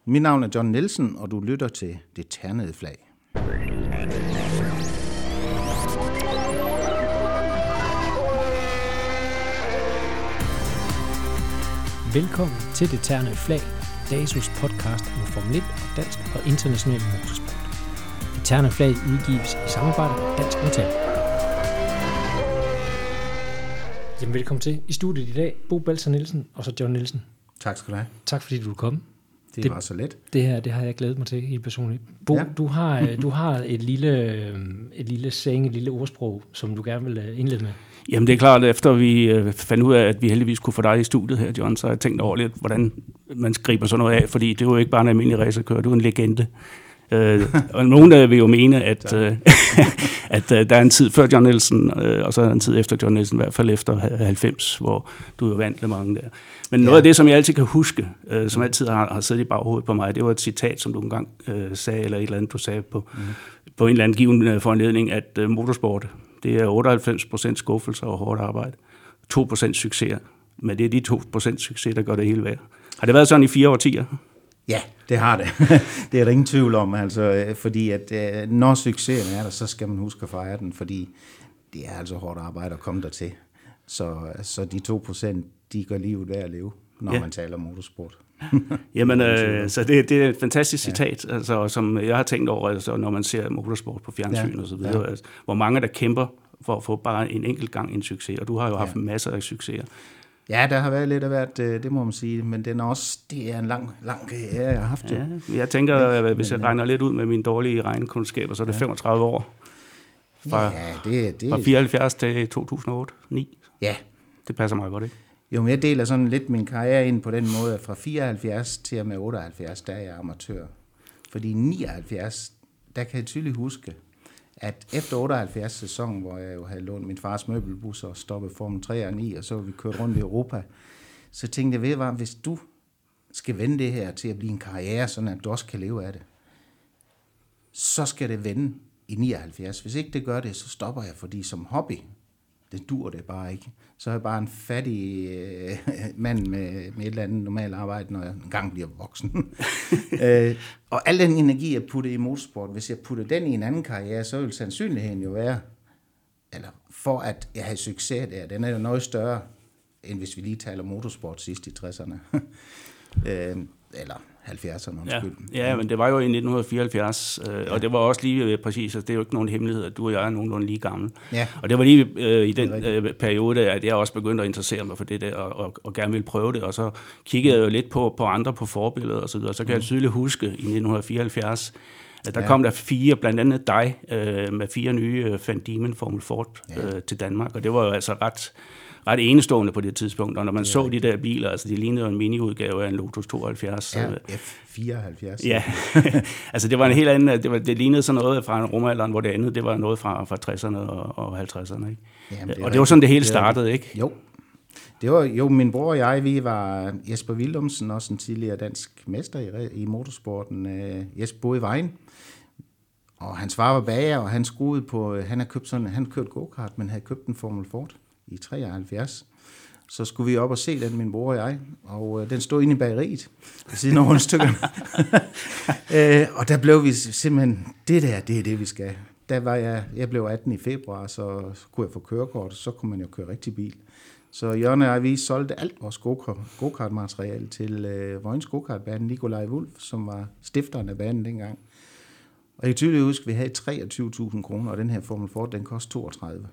Mit navn er John Nielsen, og du lytter til Det Ternede Flag. Velkommen til Det Ternede Flag, DASUs podcast om Formel 1 og dansk og international motorsport. Det Ternede Flag udgives i samarbejde med Dansk Metal. Jamen, velkommen til i studiet i dag, Bo Balser Nielsen og så John Nielsen. Tak skal du have. Tak fordi du er kommet. Det var så let. Det her, det har jeg glædet mig til helt personligt. Bo, ja. du har et lille ordsprog, som du gerne vil indlede med. Jamen det er klart, efter vi fandt ud af, at vi heldigvis kunne få dig i studiet her, John, så har jeg tænkt over lidt, hvordan man griber sådan noget af, fordi det er jo ikke bare en almindelig racerkører, du er en legende. Og nogen vil jo mene, at, at der er en tid før John Nielsen, og så er der en tid efter John Nielsen, i hvert fald efter 90, hvor du jo vandt Le Mans der. Men noget af det, som jeg altid kan huske, som altid har siddet i baghovedet på mig, det var et citat, som du engang sagde, eller et eller andet, du sagde på en eller anden given foranledning, at motorsport, det er 98% skuffelser og hårdt arbejde, 2% succes, men det er de 2% succes, der gør det hele værd. Har det været sådan i 4 årtier? Ja, det har det. Det er der ingen tvivl om, altså, fordi at når succesen er der, så skal man huske at fejre den, fordi det er altså hårdt arbejde at komme dertil. Så de 2%, de gør livet værd at leve, når man taler motorsport. Jamen, så det er et fantastisk citat, altså, som jeg har tænkt over, altså, når man ser motorsport på fjernsyn og så videre. Altså, hvor mange der kæmper for at få bare en enkelt gang en succes, og du har jo haft masser af succeser. Ja, der har været lidt af hvert, det må man sige, men det er en lang karriere, jeg har haft. Ja, jeg tænker, hvis jeg regner lidt ud med mine dårlige regnekundskaber, så er det 35 år. Fra 74 til 2008-9. Ja. Det passer meget godt, ikke? Jo, men jeg deler sådan lidt min karriere ind på den måde, at fra 74 til og med 78, der er jeg amatør. Fordi 79, der kan jeg tydeligt huske, at efter 78 sæson, hvor jeg jo havde lånt min fars møbelbus og stoppet Formel 3 og 9, og så vi kørt rundt i Europa, så tænkte jeg, hvis du skal vende det her til at blive en karriere, sådan at du også kan leve af det, så skal det vende i 79. Hvis ikke det gør det, så stopper jeg, fordi som hobby, det dur det bare ikke. Så er jeg bare en fattig mand med et eller andet normalt arbejde, når jeg engang bliver voksen. Og al den energi, jeg putter i motorsport, hvis jeg putter den i en anden karriere, så vil sandsynligheden jo være, eller for at jeg har succes der, den er jo noget større, end hvis vi lige taler motorsport sidst i 60'erne. Eller 70'erne, undskyld. Ja, men det var jo i 1974, og det var også lige præcis, altså det er jo ikke nogen hemmelighed, at du og jeg er nogenlunde lige gammel. Ja. Og det var lige i den periode, at jeg også begyndte at interessere mig for det der, og gerne ville prøve det, og så kiggede jeg jo lidt på andre på forbilleder og så videre, så kan jeg tydeligt huske i 1974, at der kom der 4, blandt andet dig, med 4 nye Van Diemen Formel Ford til Danmark, og det var jo altså ret enestående på det tidspunkt, og når man så de der biler, altså de lignede en mini-udgave af en Lotus 72. Ja, F74. Ja, altså det var en helt anden, det lignede sådan noget fra en rumalderen, hvor det andet, det var noget fra 60'erne og 50'erne, ikke? Jamen, og det var sådan, det hele startede, ikke? Jo. Det var jo min bror og jeg, vi var Jesper Willumsen, også en tidligere dansk mester i motorsporten. Jesper boede i Vejen, og hans far var bager, og han skruede på, han kørte go-kart, men havde købt en Formel Ford i 73. Så skulle vi op og se den, min bror og jeg, og den stod inde i bageriet, siden af rundstykkerne. Og der blev vi simpelthen, det er det, vi skal. Der var jeg blev 18 i februar, så kunne jeg få kørekort, så kunne man jo køre rigtig bil. Så Jørgen og jeg, vi solgte alt vores go-kart-materiale til Vojens go-kartbane, Nikolaj Wulff, som var stifteren af banen dengang. Og jeg kan tydeligt huske, at vi havde 23.000 kroner, og den her Formel Ford, den kostede 32.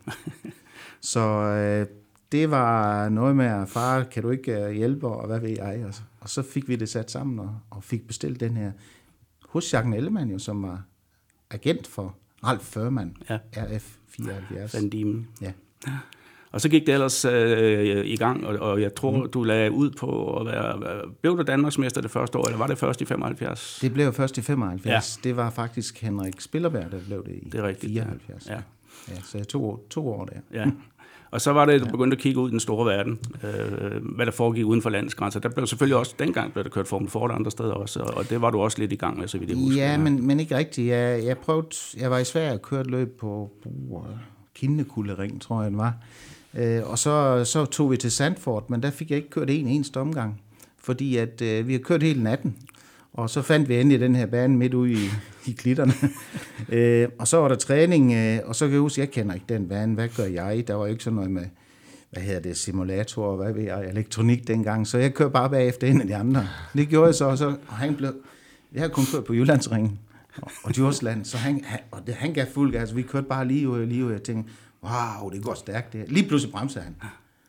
Så det var noget med, far, kan du ikke hjælpe, og hvad ved jeg? Og så fik vi det sat sammen og fik bestilt den her hos Jacques Ellemann, jo, som var agent for Ralf Furman, RF74. Van Diemen. Ja. Og så gik det ellers i gang, og jeg tror, du lagde ud på at være... Blev du Danmarksmester det første år, eller var det først i 75? Det blev først i 75. Ja. Det var faktisk Henrik Spillerberg, der blev det i 74. Ja. Ja, så jeg to år der. Ja. Og så var det, du begyndte at kigge ud i den store verden, hvad der foregik uden for landets grænser. Der blev selvfølgelig også, dengang blev der kørt Formel Ford andre steder også, og det var du også lidt i gang med, så vidt jeg husker. Ja, men ikke rigtigt. Jeg var i Sverige og kørte løb på Kindekullering, tror jeg det var. Og så tog vi til Sandford, men der fik jeg ikke kørt en eneste omgang, fordi at vi har kørt hele natten. Og så fandt vi endelig den her bane midt ude i klitterne. Og så var der træning, og så kan jeg huske, jeg kender ikke den bane. Hvad gør jeg? Der var jo ikke sådan noget med, simulator og hvad ved jeg, elektronik dengang. Så jeg kørte bare bagefter en af de andre. Det gjorde jeg så, og jeg havde kun kørt på Jyllandsringen og Djursland, så han gav fuld gas. Vi kørte bare lige ud, og jeg tænkte, wow, det går stærkt det her. Lige pludselig bremsede han.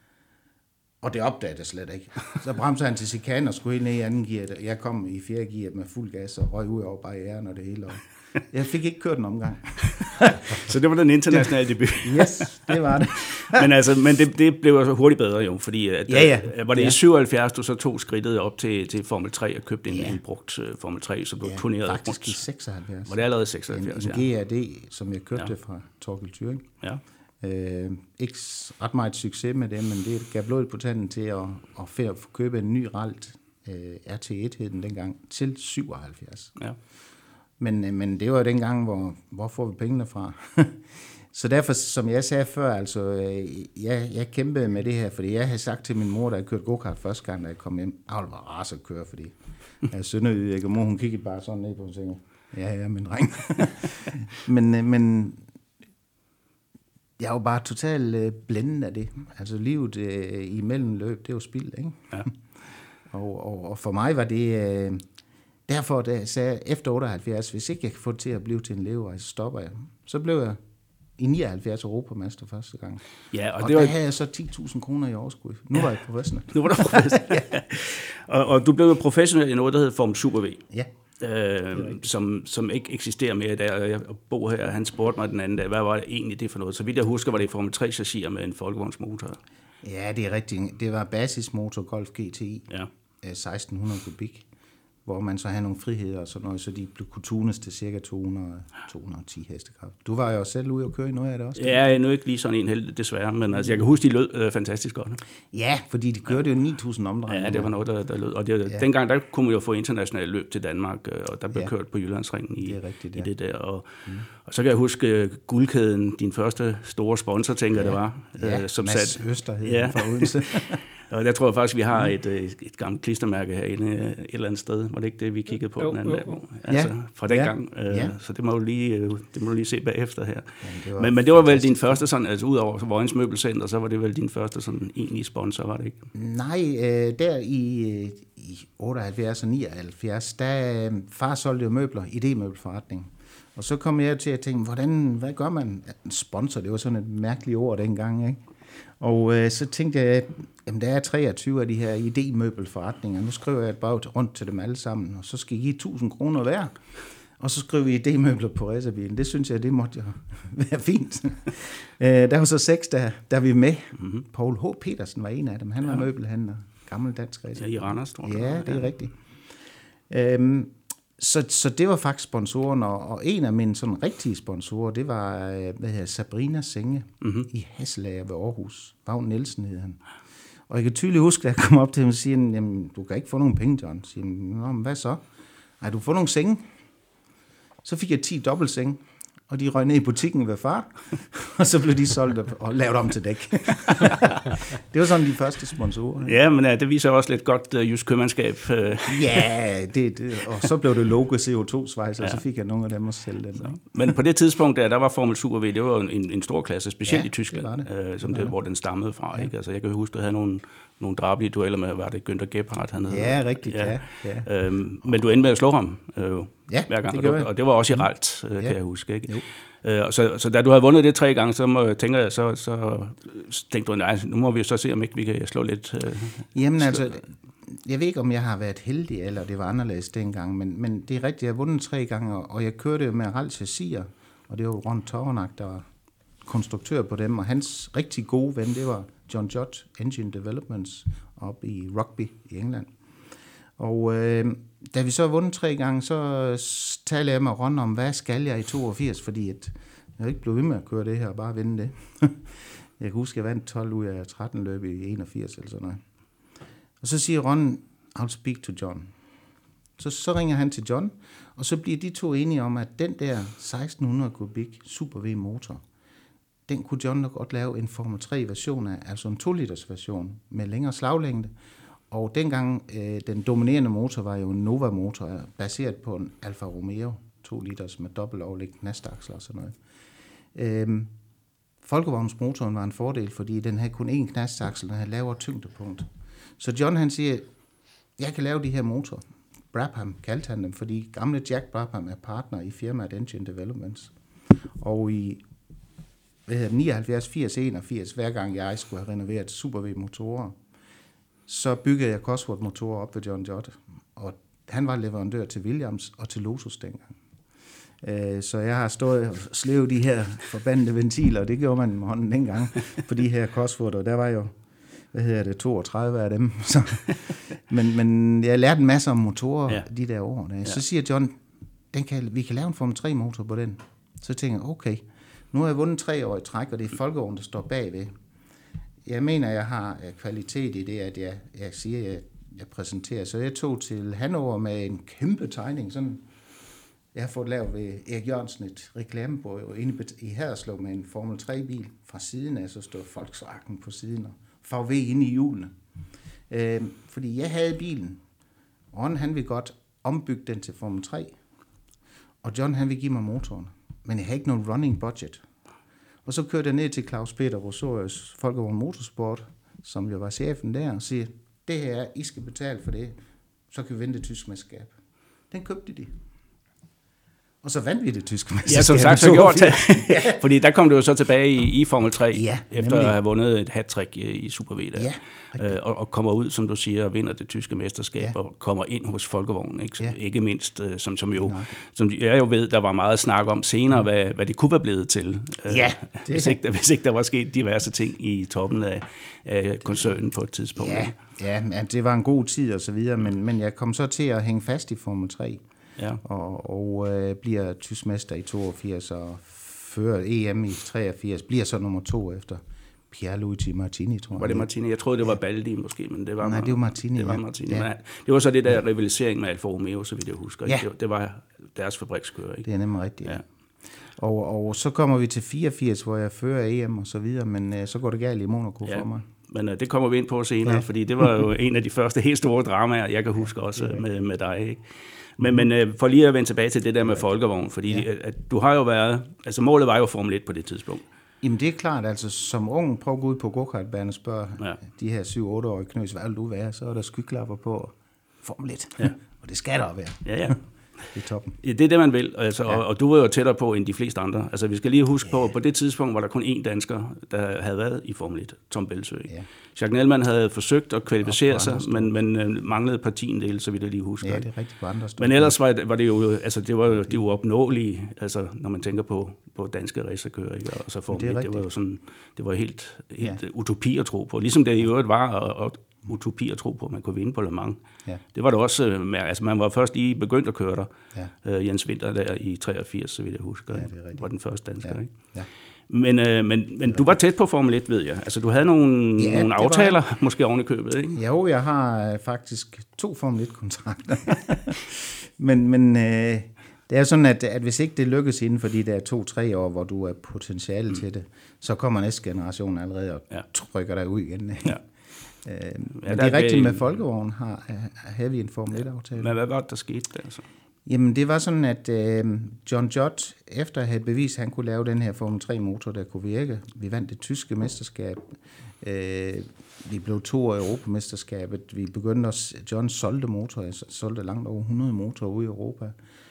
Og det opdagede jeg slet ikke. Så bremsede han til chikanen og skulle helt ned i anden gear. Jeg kom i fjerde gear med fuld gas og røg ud over barrieren og det hele. Jeg fik ikke kørt en omgang. Så det var den internationale debut. Yes, det var det. men det blev jo så hurtigt bedre jo, fordi var det i 77, du så tog skridtet op til Formel 3 og købte en brugt Formel 3, så du turnerede rundt. Faktisk i 76. Var det allerede 76, en GRD, som jeg købte fra Torkel Thuring. Ja. Ikke ret meget succes med det, men det gav blodet på tanden til at få købe en ny Ralt, RT1 hed den dengang, til 77. Ja. Men det var dengang, hvor får vi pengene fra? Så derfor, som jeg sagde før, altså, jeg kæmpede med det her, fordi jeg havde sagt til min mor, da jeg kørte go-kart første gang, da jeg kom hjem, jeg var ras at køre, fordi jeg er sønderjyde, og mor, hun kiggede bare sådan ned på og tænkte, ja, min dreng. men jeg var bare totalt blændet af det. Altså livet i mellemløb, det er jo spild, ikke? Ja. og for mig var det... Derfor da jeg sagde, efter 78, hvis ikke jeg kan få det til at blive til en leverejse, så stopper jeg. Så blev jeg i 79 europamester første gang. Ja, og der havde jeg så 10.000 kroner i overskud. Nu var jeg professionel. Nu var du professionel. og du blev jo professionel i noget, der hedder Formel Super V. Ja. Som ikke eksisterer mere i dag. Og jeg bor her, han spurgte mig den anden dag, hvad var det egentlig det for noget? Så vidt jeg husker, var det Formel 3 chassier med en folkevognsmotor. Ja, det er rigtigt. Det var basismotor Golf GTI. Ja. 1600 kubik. Hvor man så havde nogle friheder og sådan noget, så de kunne tunes til cirka 210 hestekraft. Du var jo selv ude og køre i noget af det også. Ja, jeg er nu ikke lige sådan en held, desværre, men altså, jeg kan huske, de lød fantastisk godt. Ja, fordi de kørte jo 9.000 omdrejninger. Ja, det var noget, der lød. Og dengang, der kunne man jo få internationale løb til Danmark, og der blev kørt på Jyllandsringen i det der. Og så kan jeg huske Guldkæden, din første store sponsor, tænker det var. Som Mads Øster hed fra Odense. Og der tror jeg faktisk, vi har et gammelt klistermærke herinde et eller andet sted. Var det ikke det, vi kiggede på den anden dag? Altså, fra den gang. Så det må du lige se bagefter her. Ja, men det var vel din første sådan, altså ud over Vojens Møbelcenter, så var det vel din første sådan egentlige sponsor, var det ikke? Nej, der i 78 og 79, der far solgte jo møbler, idémøbelforretning. Og så kom jeg til at tænke, hvad gør man? Sponsor, det var sådan et mærkeligt ord dengang, ikke? Og så tænkte jeg, jamen der er 23 af de her idémøbelforretninger. Nu skriver jeg et brev rundt til dem alle sammen, og så skal I give 1.000 kroner hver. Og så skriver vi idémøbler på racerbilen. Det synes jeg, det måtte jo være fint. Der var så 6, der vi med. Mm-hmm. Paul H. Petersen var en af dem. Han var møbelhandler. Gammel dansk racer. Ja, i Randers, tror jeg. Ja, det er rigtigt. Så det var faktisk sponsoren, og en af mine sådan rigtige sponsorer, det var Sabrina Senge i Hasselager ved Aarhus. Vagn Nielsen hed han. Og jeg kan tydeligt huske, at jeg kom op til ham og siger, jamen, du kan ikke få nogen penge, John. Så siger han, nå, men hvad så? Nej, du får nogle senge. Så fik jeg 10 dobbeltsenge, og de røg ned i butikken ved far, og så blev de solgt og lavet om til dæk. Det var sådan de første sponsorer. Ja, men det viser også lidt godt jysk købmandskab. Ja, og så blev det Logo CO2-svejs, og så fik jeg nogle af dem at sælge den. Men på det tidspunkt, der var Formel Super V, det var en stor klasse, specielt i Tyskland, hvor den stammede fra. Ja. Ikke? Altså, jeg kan huske, at du havde nogle drabelige dueller med, var det Günther Gebhardt, han hed? Ja, rigtigt, ja. Men du endte med at slå ham hver gang, det og det var også i Ralt, kan jeg huske, ikke? Så da du havde vundet det 3 gange, så tænkte du, nej, nu må vi så se, om ikke vi kan slå lidt. Jamen altså, jeg ved ikke, om jeg har været heldig, eller det var anderledes dengang, men det er rigtigt, jeg har vundet 3 gange, og jeg kørte med Ralt chassier, og det var Ron Tornak, der var konstruktør på dem, og hans rigtig gode ven, det var John Judd Engine Developments op i Rugby i England. Og da vi så har vundet 3 gange, så taler jeg med Ron om, hvad skal jeg i 82, fordi jeg ikke blev ved med at køre det her og bare vinde det. Jeg kan huske, at jeg vandt 12 ud af 13 løb i 81 eller sådan noget. Og så siger Ron, I'll speak to John. Så ringer han til John, og så bliver de to enige om, at den der 1600 kubik Super V motor, den kunne John nok godt lave en Formel 3 version af, altså en 2-liters version med længere slaglængde, Og dengang, den dominerende motor var jo en Nova-motor, baseret på en Alfa Romeo, 2 liters med dobbelt overliggende knastaksel og sådan noget. Folkevognsmotoren var en fordel, fordi den havde kun én knastaksel, den havde lavere tyngdepunkt. Så John han siger, jeg kan lave de her motorer. Brabham kaldte han dem, fordi gamle Jack Brabham er partner i firmaet Engine Developments. Og i 79, 80, 81, hver gang jeg skulle have renoveret Super V-motorer, så byggede jeg Cosworth-motorer op ved John Judd. Og han var leverandør til Williams og til Lotus dengang. Så jeg har stået og slevet de her forbandede ventiler, og det gjorde man med hånden dengang, på de her Cosworth, og der var jo 32 af dem. Så, men jeg lærte en masse om motorer de der år. Ja. Så siger John, vi kan lave en Formel 3-motor på den. Så tænker jeg, okay, nu har jeg vundet 3 år i træk, og det er Folkevogn, der står bagved. Jeg mener, jeg har kvalitet i det, at jeg siger, at jeg præsenterer. Så jeg tog til Hannover med en kæmpe tegning, sådan. Jeg har fået lavet ved Erik Jørgensen et reklamebord inde i Haderslev med en Formel 3-bil fra siden af, så stod Volkswagen på siden og VW inde i hjulene. Fordi jeg havde bilen, og han ville godt ombygge den til Formel 3, og John han ville give mig motoren, men jeg havde ikke nogen running budget. Og så kørte jeg ned til Claus Peter Rosorius Folkevogn Motorsport, som jo var chefen der, og siger, det her, I skal betale for det, så kan vi vinde det tyske mesterskab. Den købte de. Og så vandt vi det tyske mesterskab. Ja, som sagt, så gjort det. Fordi der kom du jo så tilbage i Formel 3, efter at have vundet et hat-trick i Super V. Og kommer ud, som du siger, og vinder det tyske mesterskab, og kommer ind hos Folkevognen. Ikke mindst, som jeg jo ved, der var meget snak om senere, hvad det kunne være blevet til. Hvis ikke der var sket diverse ting i toppen af koncernen på et tidspunkt. Ja, det var en god tid og så videre, men jeg kom så til at hænge fast i Formel 3. Ja. Og bliver tysk mester i 82 og fører EM i 83, bliver så nummer 2 efter Pierluigi Martini, tror jeg. Var det Martini? Jeg troede, det var Baldi måske, men det var... Nej, det var Martini. Det var Martini. Ja. Det var så det der rivalisering med Alfa Romeo, så vidt jeg husker. Ja. Det var deres fabrikskører, ikke? Det er nemlig rigtigt. Ja. Og så kommer vi til 84, hvor jeg fører EM og så videre, men så går det galt i Monaco for mig. Men det kommer vi ind på senere, fordi det var jo en af de første helt store dramaer, jeg kan huske også med dig, ikke? Men for lige at vende tilbage til det der med Folkevogn, fordi at du har jo været, altså målet var jo Formel 1 på det tidspunkt. Jamen det er klart, altså som ung, prøv at gå ud på go-kartbanen og spørge de her 7-8-årige knøs, hvad vil du være? Så er der skyklapper på Formel 1, og det skal der være. Ja. Det er toppen. Ja, det er det, man vil, altså, og du var jo tættere på end de fleste andre. Altså vi skal lige huske på det tidspunkt var der kun én dansker, der havde været i Formel 1, Tom Belsø. Ja. Jacques Nelman havde forsøgt at kvalificere sig, men manglede et par tiendele, så vidt jeg lige husker. Ja, det er rigtigt på andre steder. Men ellers var det jo, altså det var jo det uopnåelige, altså når man tænker på danske racerkører, ikke? Altså Formel 1, det var jo sådan, det var helt utopi at tro på. Ligesom det i øvrigt var og utopi at tro på, at man kunne vinde på Le Mans. Ja. Det var det også, altså man var først lige begyndt at køre der. Ja. Jens Winter der i 83, så vidt jeg husker, var den første dansker. Ikke? Ja. Men du var tæt på Formel 1, ved jeg. Altså du havde nogle aftaler, måske oven i købet, ikke? Jo, jeg har faktisk 2 Formel 1-kontrakter. men det er sådan, at hvis ikke det lykkes inden for de der 2-3 år, hvor du er potentiale til det, så kommer næste generation allerede og trykker dig ud igen. Ja. Men det er rigtigt, med Folkevogn havde vi en Formel 1-aftale. Men hvad var det, der skete der så? Jamen, det var sådan, at John Judd, efter at have bevist, at han kunne lave den her Formel 3-motor, der kunne virke, vi vandt det tyske mesterskab, vi blev 2 af Europamesterskabet, vi begyndte også, John solgte motorer, solgte langt over 100 motorer ude i Europa,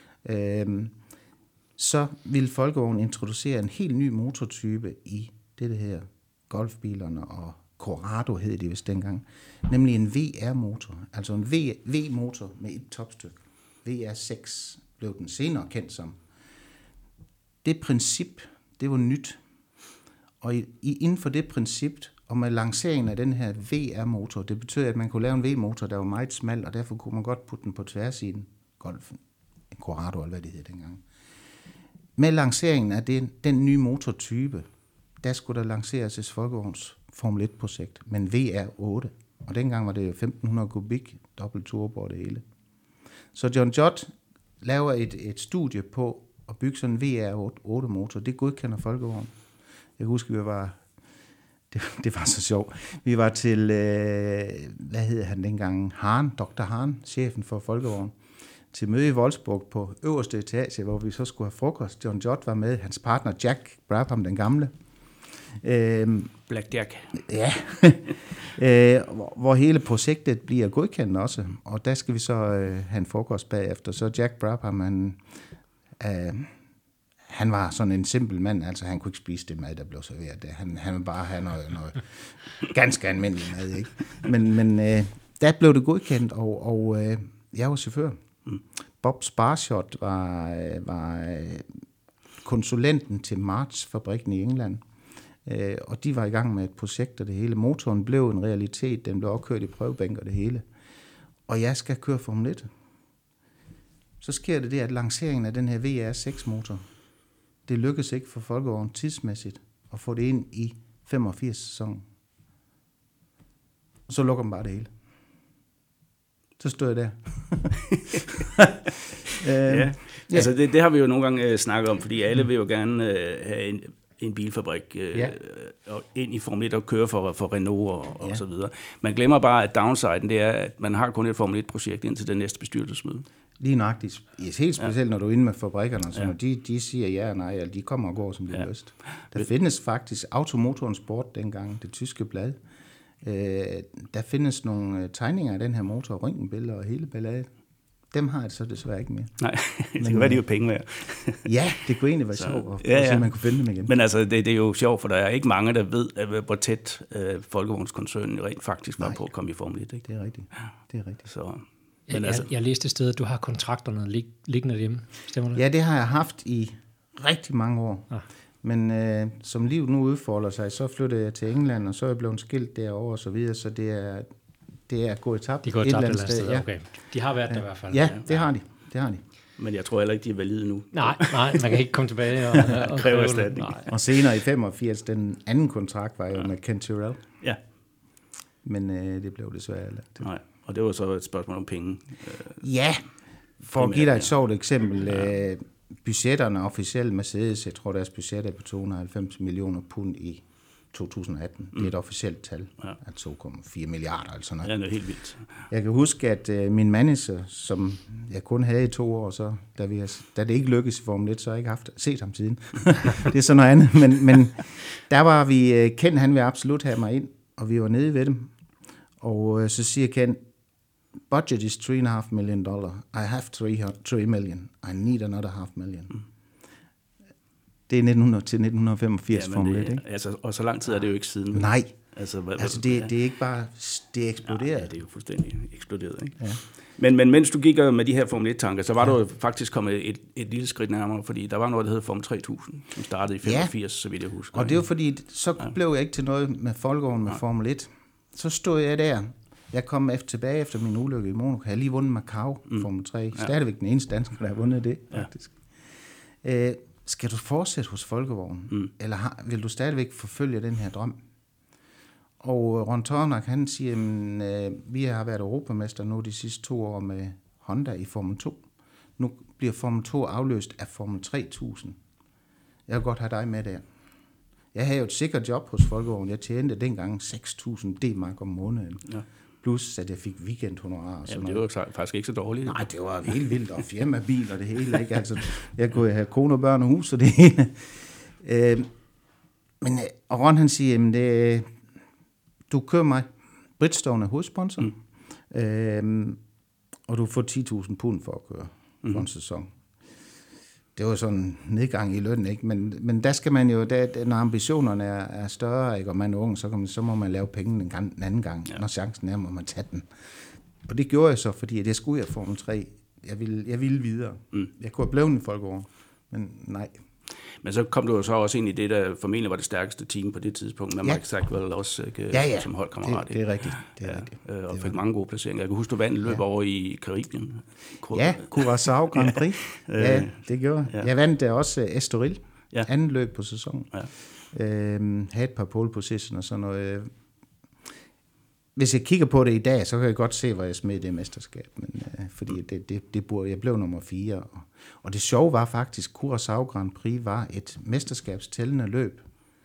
så ville Folkevogn introducere en helt ny motortype i det her golfbilerne, og Corrado hed det vist dengang, nemlig en VR-motor, altså en V-motor med et topstykke. VR6 blev den senere kendt som. Det princip, det var nyt. Og inden for det princip, og med lanceringen af den her VR-motor, det betød, at man kunne lave en V-motor, der var meget smal, og derfor kunne man godt putte den på tværs i en Golf, en Corrado, eller hvad det hed dengang. Med lanceringen af den nye motortype, der skulle der lanceres et Folkevogns Formel 1-projekt, men VR8. Og dengang var det jo 1500 kubik, dobbelt turbo og det hele. Så John Judd laver et studie på at bygge sådan en VR8-motor. Det godkender Folkevogn. Jeg husker, vi var Det var så sjovt. Vi var til, hvad hed han dengang? Dr. Hahn, chefen for Folkevogn, til møde i Wolfsburg på øverste etage, hvor vi så skulle have frokost. John Jott var med, hans partner Jack Brabham, den gamle. Black Jack. Ja, hvor hele projektet bliver godkendt også, og der skal vi så have en frokost bagefter. Så Jack Brabham, han var sådan en simpel mand, altså han kunne ikke spise det mad, der blev serveret. Han ville bare have noget ganske almindeligt mad, ikke? Men der blev det godkendt, og jeg var chauffør. Bob Sparshot var konsulenten til March-fabrikken i England. Og de var i gang med et projekt, og det hele. Motoren blev en realitet, den blev opkørt i prøvebænk og det hele. Og jeg skal køre Formel 1. Så sker det, at lanceringen af den her VR6-motor, det lykkedes ikke for Folkevogn tidsmæssigt at få det ind i 85-sæsonen. Og så lukker man bare det hele. Så stod jeg der. Ja. Altså det har vi jo nogle gange snakket om, fordi alle vil jo gerne have en bilfabrik ind i Formel 1 og køre for Renault og så videre. Man glemmer bare, at downsiden det er, at man har kun et Formel 1-projekt indtil det næste bestyrelsesmøde. Lige nøjagtigt. Helt specielt, når du er inde med fabrikkerne. Så når de siger ja og nej, eller de kommer og går, som de har lyst. Der findes faktisk Automotoren Sport dengang, det tyske blad. Der findes nogle tegninger af den her motor, røntgenbilleder og hele balladet. Dem har jeg så desværre ikke mere. Nej, det kan være, de er jo penge med. Ja, det kunne egentlig være sjovt, at man kunne finde dem igen. Men altså, det er jo sjovt, for der er ikke mange, der ved, hvor tæt Folkevognskoncernen rent faktisk var på at komme i Formel 1. Ikke? Det er rigtigt. Det er rigtigt. Så, jeg læste et sted, at du har kontrakterne liggende hjemme. Stemmer det? Ja, det har jeg haft i rigtig mange år. Ja. Men som livet nu udfolder sig, så flyttede jeg til England, og så er jeg blevet skilt derovre og så videre, så det er gået tabt. De går tabt et eller andet sted, ja. Okay. De har været der i hvert fald. Ja, det har de. Men jeg tror heller ikke, de er valide nu. Nej, man kan ikke komme tilbage og kræve erstatning. Og senere i 85, den anden kontrakt var jo med Ken Tyrrell. Ja. Men det blev desværre aldrig. Nej, og det var så et spørgsmål om penge. Ja, for at give dig et sjovt eksempel. Budgetterne officielt Mercedes, jeg tror deres budget er på 290 millioner pund i 2018. Det er et officielt tal af 2,4 milliarder eller sådan noget. Ja, det er helt vildt. Jeg kan huske, at min manager, som jeg kun havde i 2 år, så da det ikke lykkedes i Formel 1, så har jeg ikke set ham siden. Det er sådan noget andet. Men der var vi, Ken han ville absolut have mig ind, og vi var nede ved dem. Og så siger Ken, budget is $3.5 million. I have 3 million. I need another $500,000. Det er 1985 Formel 1, ikke? Altså, og så lang tid er det jo ikke siden. Nej, altså det er ikke bare, det er eksploderet. Ja, det er jo fuldstændig eksploderet, ikke? Ja. Men mens du gik med de her Formel 1-tanker, så var du faktisk kommet et lille skridt nærmere, fordi der var noget, der hed Formel 3000, som startede i 85, så vidt jeg husker. Og det var fordi, så blev jeg ikke til noget med Folkevogn med Formel 1. Så stod jeg der. Jeg kom tilbage efter min ulykke i Monaco. Jeg havde lige vundet Macau Formel 3. Stadigvæk den eneste dansker, der har vundet det, faktisk. Skal du fortsætte hos Folkevognen? Eller vil du stadigvæk forfølge den her drøm? Og Ron Tornak, han siger, at vi har været europamester nu de sidste 2 år med Honda i Formel 2. Nu bliver Formel 2 afløst af Formel 3000. Jeg vil godt have dig med der. Jeg havde jo et sikkert job hos Folkevognen. Jeg tjente dengang 6.000 D-mark om måneden. Ja. Plus, at jeg fik weekendhonorar. Jamen, det var faktisk ikke så dårligt. Nej, det var helt vildt. Og firmabil og det hele. Ikke? Altså, jeg kunne have kone og børn og hus og det hele. Og Ron han siger, du kører mig. Bridgestone er hovedsponsor. Og du får 10.000 pund for at køre for en sæson. Det var sådan en nedgang i lønnen, ikke? Men der skal man jo, når ambitionerne er større, ikke? Og man er ung, så må man lave penge en anden gang. Ja. Når chancen er, må man tage den. Og det gjorde jeg så, fordi jeg skulle ud af Formel 3. Jeg ville videre. Jeg kunne have blevet en Folkevogn, men nej. Men så kom du jo så også ind i det, der formentlig var det stærkeste team på det tidspunkt, med Mike Stackwell også som holdkammerat. Det er rigtigt. Og fik mange gode placeringer. Jeg kan huske, du vandt løb over i Karibien. Ja, Curaçao Grand Prix. Ja, det gjorde jeg. Jeg vandt der også Estoril, anden løb på sæsonen. Ja. Havde et par pole position og sådan noget. Hvis jeg kigger på det i dag, så kan jeg godt se, hvor jeg smed det mesterskab. Men, fordi jeg blev nummer 4. Og det sjove var faktisk, Curaçao Grand Prix var et mesterskabstællende løb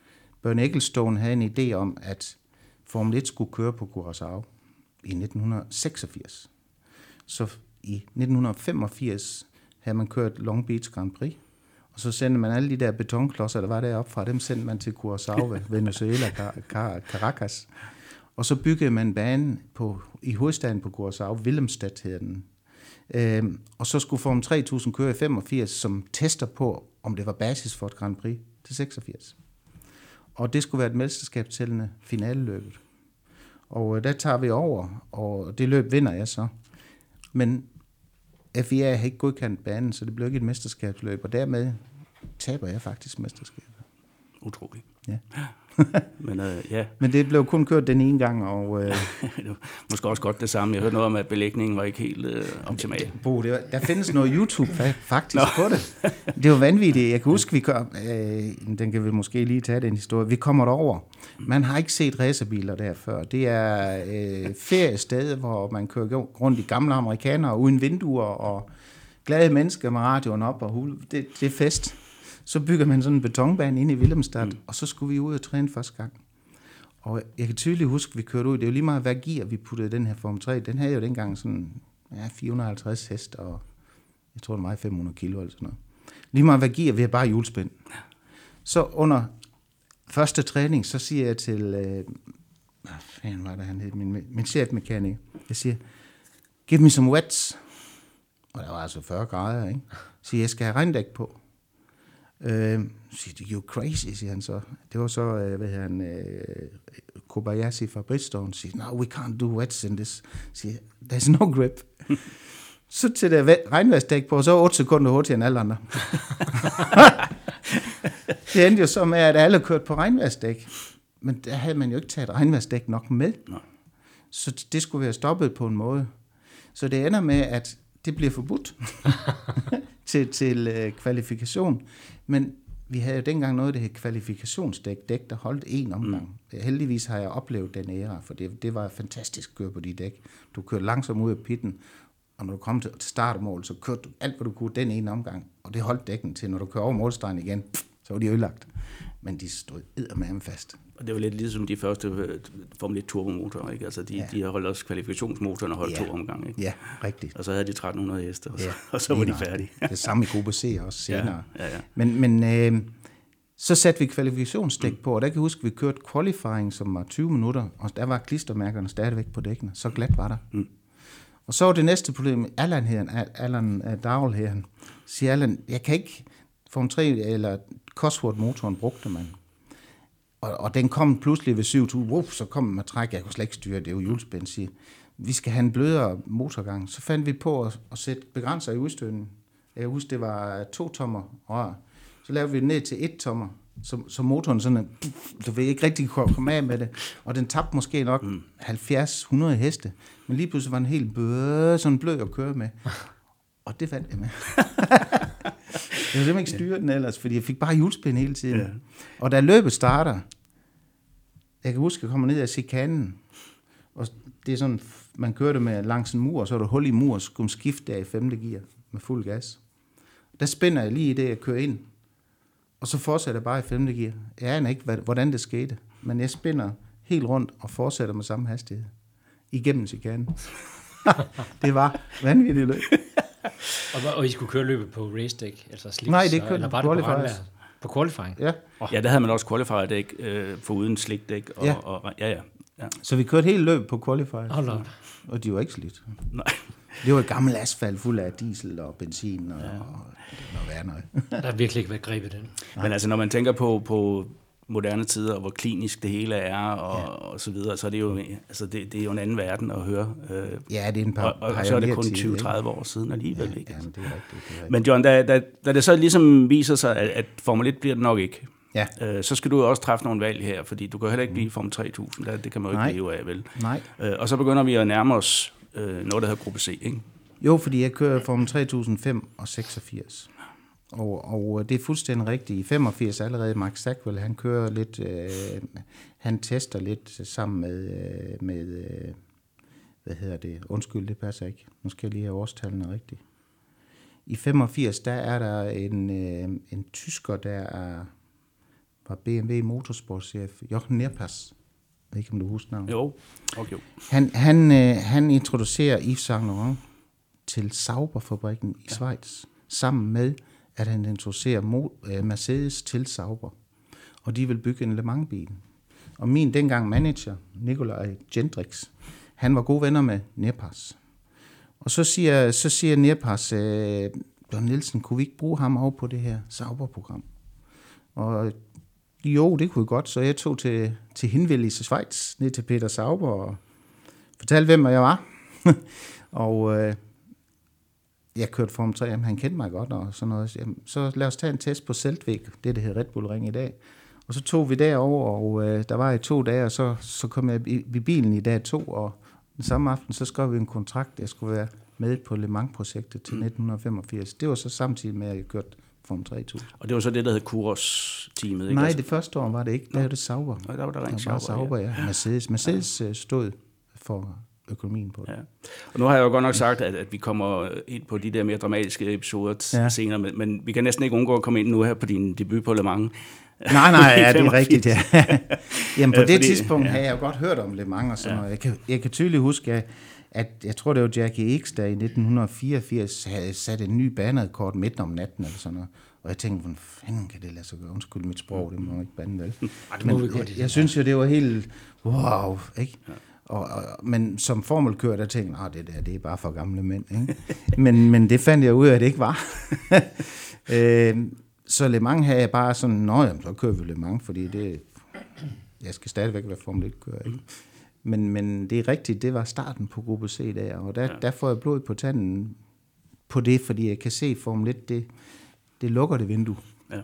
Bernie Ecclestone havde en idé om, at Formel 1 skulle køre på Curaçao i 1986. Så i 1985 havde man kørt Long Beach Grand Prix, og så sendte man alle de der betonklodser, der var deroppe fra, dem sendte man til Curaçao, Venezuela, Caracas. Og så byggede man banen i hovedstaden på Curaçao, Willemstad hedder den. Og så skulle Formel 3000 køre i 85, som tester på, om det var basis for et Grand Prix til 86. Og det skulle være et mesterskabstællende finaleløbet. Og der tager vi over, og det løb vinder jeg så. Men FIA har ikke godkendt banen, så det blev ikke et mesterskabsløb, og dermed taber jeg faktisk mesterskabet. Utroligt. Ja. Men ja. Men det blev kun kørt den ene gang, og... Måske også godt det samme. Jeg hørte noget om, at belægningen var ikke helt optimal. Der findes noget YouTube faktisk på det. Det var vanvittigt. Jeg kan huske, den kan vi måske lige tage den historie. Vi kommer derover. Man har ikke set racerbiler der før. Det er feriested, hvor man kører rundt i gamle amerikanere uden vinduer og glade mennesker med radioen op og hul. Det er fest. Så bygger man sådan en betonbane inde i Willemstad, og så skulle vi ud og træne første gang. Og jeg kan tydeligt huske, at vi kørte ud. Det er jo lige meget, hvad gear vi puttede i den her Form 3. Den havde jo dengang sådan 450 hest, og jeg tror, det var 500 kilo eller sådan noget. Lige meget, hvad gear, vi har bare hjulspind. Så under første træning, så siger jeg til, hvad fanden var det, han hed, min chefmekaniker, jeg siger, give me some wets. Og der var altså 40 grader, ikke? Så siger jeg, skal have regndæk på. Siger, you're crazy, siger han så. Det var så, Kobayashi fra Bridgestone, siger, no, we can't do wets in this. Siger, there's no grip. Så til det regnværsdæk på, så 8 sekunder hurtigere end alle andre. Det endte jo så med, at alle kørte på regnværsdæk. Men der havde man jo ikke taget regnværsdæk nok med. Nej. Så det skulle være stoppet på en måde. Så det ender med, at det bliver forbudt til kvalifikation. Men vi havde jo dengang noget, der hed kvalifikationsdæk, der holdt en omgang. Heldigvis har jeg oplevet den æra, for det var fantastisk at køre på de dæk. Du kørte langsomt ud af pitten, og når du kom til startmål, så kørte du alt, hvad du kunne den ene omgang. Og det holdt dækken til, når du kører over målstregen igen, så var de ødelagt. Men de stod eddermame fast. Og det var lidt ligesom de første Formel 1 turbomotorer, ikke? Altså de har holdt også kvalifikationsmotoren og holdt 2 omgange, ikke? Ja, rigtigt. Og så havde de 1300 heste, og så var de færdige. Det samme i gruppe C også senere. Ja. Men så satte vi kvalifikationsdæk på, og der kan jeg huske, at vi kørte qualifying, som var 20 minutter, og der var klistermærkerne stadigvæk på dækkene. Så glat var der. Og så var det næste problem, Allan Dowell her, siger Allan, jeg kan ikke, Form 3 eller Cosworth-motoren brugte man. Og den kom pludselig ved 7.000, så kom man med træk, jeg kunne slet ikke styre, det er jo hjulspind, siger, vi skal have en blødere motorgang. Så fandt vi på at sætte begrænser i udstødningen. Jeg husker, det var 2 tommer rør. Så lavede vi det ned til 1 tommer, så motoren sådan, du ved ikke rigtig komme af med det. Og den tabte måske nok 70-100 heste. Men lige pludselig var den helt sådan blød at køre med. Og det fandt jeg med. Jeg kunne simpelthen ikke styre den ellers, fordi jeg fik bare hjulspind hele tiden. Ja. Og da løbet starter, jeg kan huske, at jeg kommer ned af chikanen, og det er sådan, man kører det med langs en mur, og så er der hul i mur, og så skulle man skifte der i 5. gear med fuld gas. Der spænder jeg lige i det, jeg kører ind, og så fortsætter jeg bare i 5. gear. Jeg aner ikke, hvordan det skete, men jeg spænder helt rundt og fortsætter med samme hastighed igennem chikanen. Det var vanvittigt løb. Og I skulle køre løbet på race-dæk? Altså slips, nej, det kørte på qualifying. På qualifying? Ja. Ja, der havde man også qualifier-dæk foruden slikdæk. Ja. Så vi kørte helt løb på qualifier. Og de var ikke slidt. Nej. Det var et gammelt asfalt fuld af diesel og benzin og noget. Der har virkelig ikke været grebet den. Men altså, når man tænker på moderne tider, hvor klinisk det hele er, og så videre, så er det jo, altså det er jo en anden verden at høre. Ja, det er en par og så er det kun 20-30 år siden alligevel, ikke? Ja, det er rigtigt. Men John, da det så ligesom viser sig, at Formel 1 bliver det nok ikke, så skal du jo også træffe nogle valg her, fordi du kan heller ikke blive Formel 3000, det kan man jo ikke leve af, vel? Nej. Og så begynder vi at nærme os noget, der hedder gruppe C, ikke? Jo, fordi jeg kører Formel 3005 og 86. Og det er fuldstændig rigtigt. I 85 allerede, Mark Stackwell, han kører lidt, han tester lidt sammen med hvad hedder det? Undskyld, det passer ikke. Nu skal jeg lige have årstallene rigtigt. I 85, der er der en tysker, der er var BMW motorsportschef, Jochen Neerpass. Jeg ved ikke, om du husker navnet. Jo, okay. Han introducerer Yves Saint Laurent til Sauber-fabrikken i Schweiz, sammen med, at han introducerer Mercedes til Sauber. Og de vil bygge en Le Mans-bil. Og min dengang manager, Nikolaj Gendrix, han var gode venner med Neerpass. Og så siger Neerpass, Don Nielsen, kunne vi ikke bruge ham over på det her Sauber-program? Og jo, det kunne vi godt, så jeg tog til Hinwil i Schweiz, ned til Peter Sauber, og fortalte, hvem jeg var. Og jeg kørte Formel 3, han kendte mig godt, og sådan noget. Jamen, så lad os tage en test på Seltweg, det hedder Red Bull Ring i dag. Og så tog vi derover, og der var i 2 dage, og så kom jeg i bilen i dag 2, og den samme aften, så skrev vi en kontrakt, jeg skulle være med på Le Mans-projektet til 1985. Det var så samtidig med, at jeg kørte Formel 3000. Og det var så det, der hed Kuros-teamet, ikke? Nej, det første år var det ikke. Der var det Sauber. Nej, der var der rent Sauber, ja. Mercedes stod for økonomien på det. Ja. Og nu har jeg jo godt nok sagt, at vi kommer ind på de der mere dramatiske episoder senere, men vi kan næsten ikke undgå at komme ind nu her på din debut på Le Mans. Nej, ja, det er rigtigt, ja. Jamen på det tidspunkt havde jeg jo godt hørt om Le Mans og sådan noget. Jeg kan tydeligt huske, at jeg tror, det var Jackie X, der i 1984 havde sat en ny banerekord midt om natten eller sådan noget. Og jeg tænkte, hvordan fanden kan det lade sig gøre? Undskyld mit sprog, det må ikke bande vel. Men jeg synes jo, det var helt wow, ikke? Ja. Men som formelkører, der tænkte jeg, det er bare for gamle mænd, ikke? men det fandt jeg ud af, at det ikke var. Så Le Mans havde jeg bare sådan, så kører vi Le Mans, fordi jeg skal stadigvæk være Formel 1-kører, ikke? Men det er rigtigt, det var starten på gruppe C der, og der får jeg blod på tanden på det, fordi jeg kan se Formel 1, det lukker det vindue. Ja.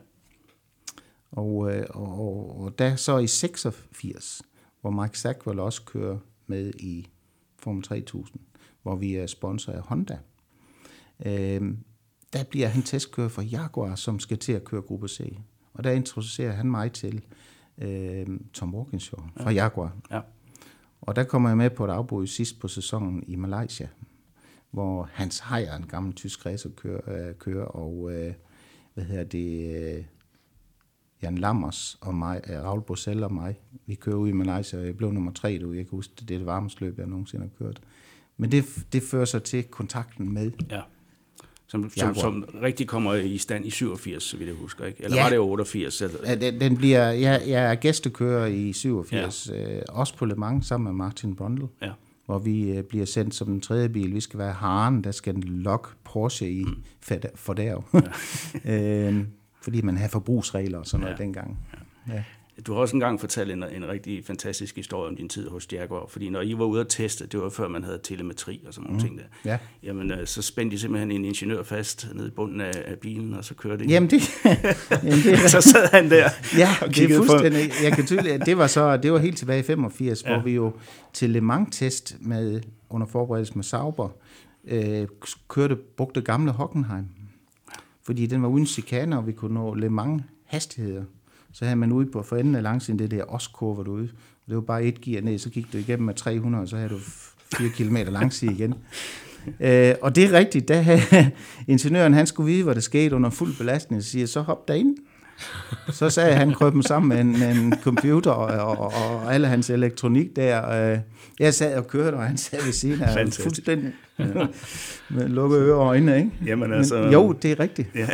Og der så i 86, hvor Mike Stackwell også kører med i Formel 3000, hvor vi er sponsor af Honda, der bliver han testkører for Jaguar, som skal til at køre gruppe C. Og der introducerer han mig til Tom Walkinshaw fra Jaguar. Ja. Og der kommer jeg med på et afbud sidst på sæsonen i Malaysia, hvor Hans Heyer, en gammel tysk racerkører, og Jan Lammers og mig, Raul Bossel og mig, vi kører ud i Malaysia, og jeg blev nummer 3, jeg kan huske, det er det varmesløb, jeg nogensinde har kørt. Men det fører sig til kontakten med som rigtig kommer i stand i 87, så vidt jeg husker, ikke? Eller var det 88? Den bliver, jeg er gæstekører i 87, også på Le Mans sammen med Martin Brundle, hvor vi bliver sendt som den 3. bil. Vi skal være haren, der skal lokke Porsche i fordærv. Fordi man havde forbrugsregler og sådan noget dengang. Ja. Du har også engang fortalt en rigtig fantastisk historie om din tid hos Jaguar, fordi når I var ude at teste, det var før man havde telemetri og sådan nogle ting der, jamen så spændte de simpelthen en ingeniør fast nede i bunden af bilen, og så kørte de. Jamen det så sad han der og kiggede det er fuldstændig, jeg kan tydeligt, det var helt tilbage i 85, hvor vi jo til Le Mans-test under forberedelse med Sauber, brugte gamle Hockenheim, fordi den var uden chikaner, og vi kunne nå Le Mans hastigheder. Så havde man ude på for enden af langsiden det der oskurve derude. Det var bare 1 gear ned, så gik du igennem med 300, og så havde du 4 kilometer langside igen. Og det er rigtigt, da havde ingeniøren, han skulle vide, hvad der skete under fuld belastning, så siger så hop derind. Så sagde han, krøb dem sammen med en computer og alle hans elektronik der. Jeg sad og kørte, og han sad ved siden af fuldstændig med lukkede ører og øjne, ikke? Jamen altså... Men, jo, det er rigtigt. Ja.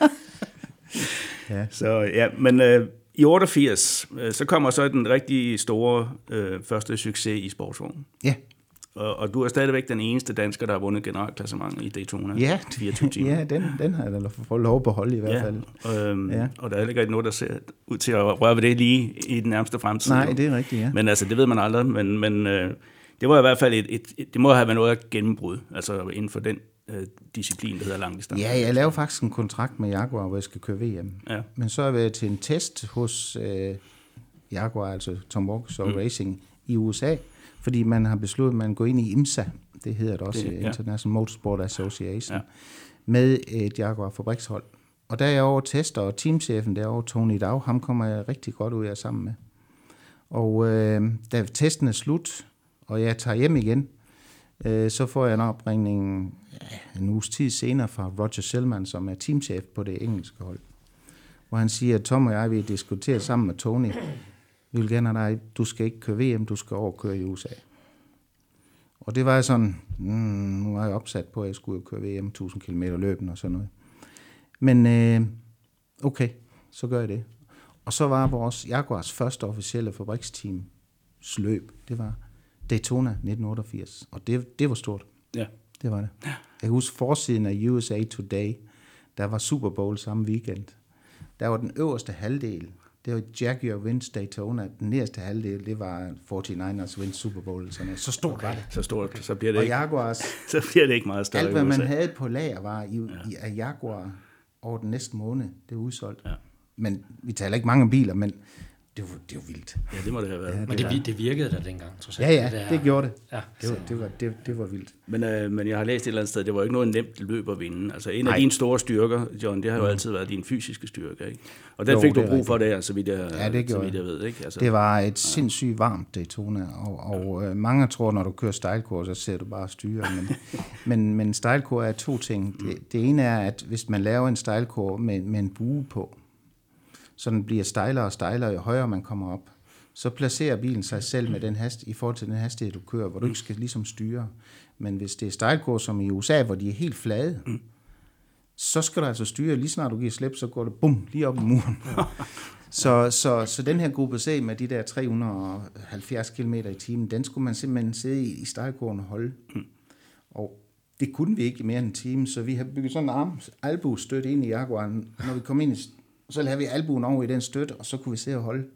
Ja. Så men i 88, så kommer så den rigtig store første succes i sportsvognen. Ja. Og du er stadigvæk den eneste dansker, der har vundet generalklassement i Daytona. Ja, 24 timer. Ja, den har jeg da fået lov at beholde i hvert fald. Og der er ikke noget, der ser ud til at røre ved det lige i den nærmeste fremtid. Nej, det er rigtigt, ja. Men altså, det ved man aldrig. Men det var i hvert fald det må have været noget af gennembrud, altså inden for den disciplin, der hedder langdistance. Ja, jeg lavede faktisk en kontrakt med Jaguar, hvor jeg skal køre VM. Ja. Men så er jeg været til en test hos Jaguar, altså Tom Walkinshaw Racing i USA, fordi man har besluttet, at man går ind i IMSA, det hedder det også, International Motorsport Association, med et Jaguar fabrikshold. Og der er jeg over tester, og teamchefen derovre, Tony Dow, ham kommer jeg rigtig godt ud af sammen med. Og da testen er slut, og jeg tager hjem igen, så får jeg en opringning en uges tid senere fra Roger Selman, som er teamchef på det engelske hold. hvor han siger, at Tom og jeg vil diskutere sammen med Tony. Vi vil gerne have dig, du skal ikke køre VM, du skal overkøre i USA. Og det var sådan, nu var jeg opsat på, at jeg skulle køre VM 1000 km løben og sådan noget. Men okay, så gør jeg det. Og så var vores Jaguars første officielle fabriksteams løb, det var Daytona 1988. Og det var stort. Ja. Det var det. Jeg kan huske forsiden af USA Today, der var Super Bowl samme weekend. Der var den øverste halvdel, det var Jaguar wins Daytona. Den nederste halvdel, det var 49ers wins Super Bowl. Så stort var det. Så stort, så bliver det ikke, Jaguars, så bliver det ikke meget større. alt, hvad man havde på lager, var af Jaguar over den næste måned. Det var udsolgt. Ja. Men vi taler ikke mange biler, men det var vildt. Ja, det må det have været. Ja, men det virkede der dengang, trods alt. Ja, det gjorde det. Ja, det var vildt. Men jeg har læst et eller andet sted, det var ikke noget nemt løb at vinde. Altså en af dine store styrker, John, det har jo altid været din fysiske styrke, ikke? Og den fik du brug for der, så vidt jeg ved, ikke? Altså, det var et sindssygt varmt Daytona, og mange tror, når du kører stejlkurs, så ser du bare styre. Men stejlkurs er to ting. Det ene er, at hvis man laver en stejlkurs med en bue på, så den bliver stejlere og stejlere, jo højere man kommer op, så placerer bilen sig selv med den i forhold til den hastighed, du kører, hvor du ikke skal ligesom styre. Men hvis det er stejlkurs som i USA, hvor de er helt flade, så skal du altså styre. Lige snart du giver slip, så går det bum, lige op i muren. så den her gruppe C med de der 370 km i timen, den skulle man simpelthen sidde i stejlkursen og holde. Og det kunne vi ikke i mere end en time, så vi har bygget sådan en albuestøt ind i Jaguaren. Når vi kom ind så lavede vi albuen over i den støt, og så kunne vi se og holde.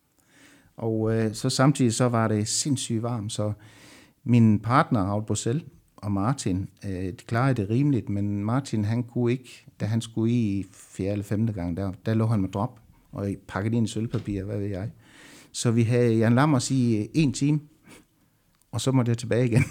Og så samtidig så var det sindssygt varmt, så min partner, Raul Bossel og Martin, de klarede det rimeligt, men Martin, han kunne ikke, da han skulle i 4. eller 5. gang, der lå han med drop, og pakket ind i sølvpapir, hvad ved jeg. Så vi havde Jan Lammers i 1 time, og så måtte jeg tilbage igen.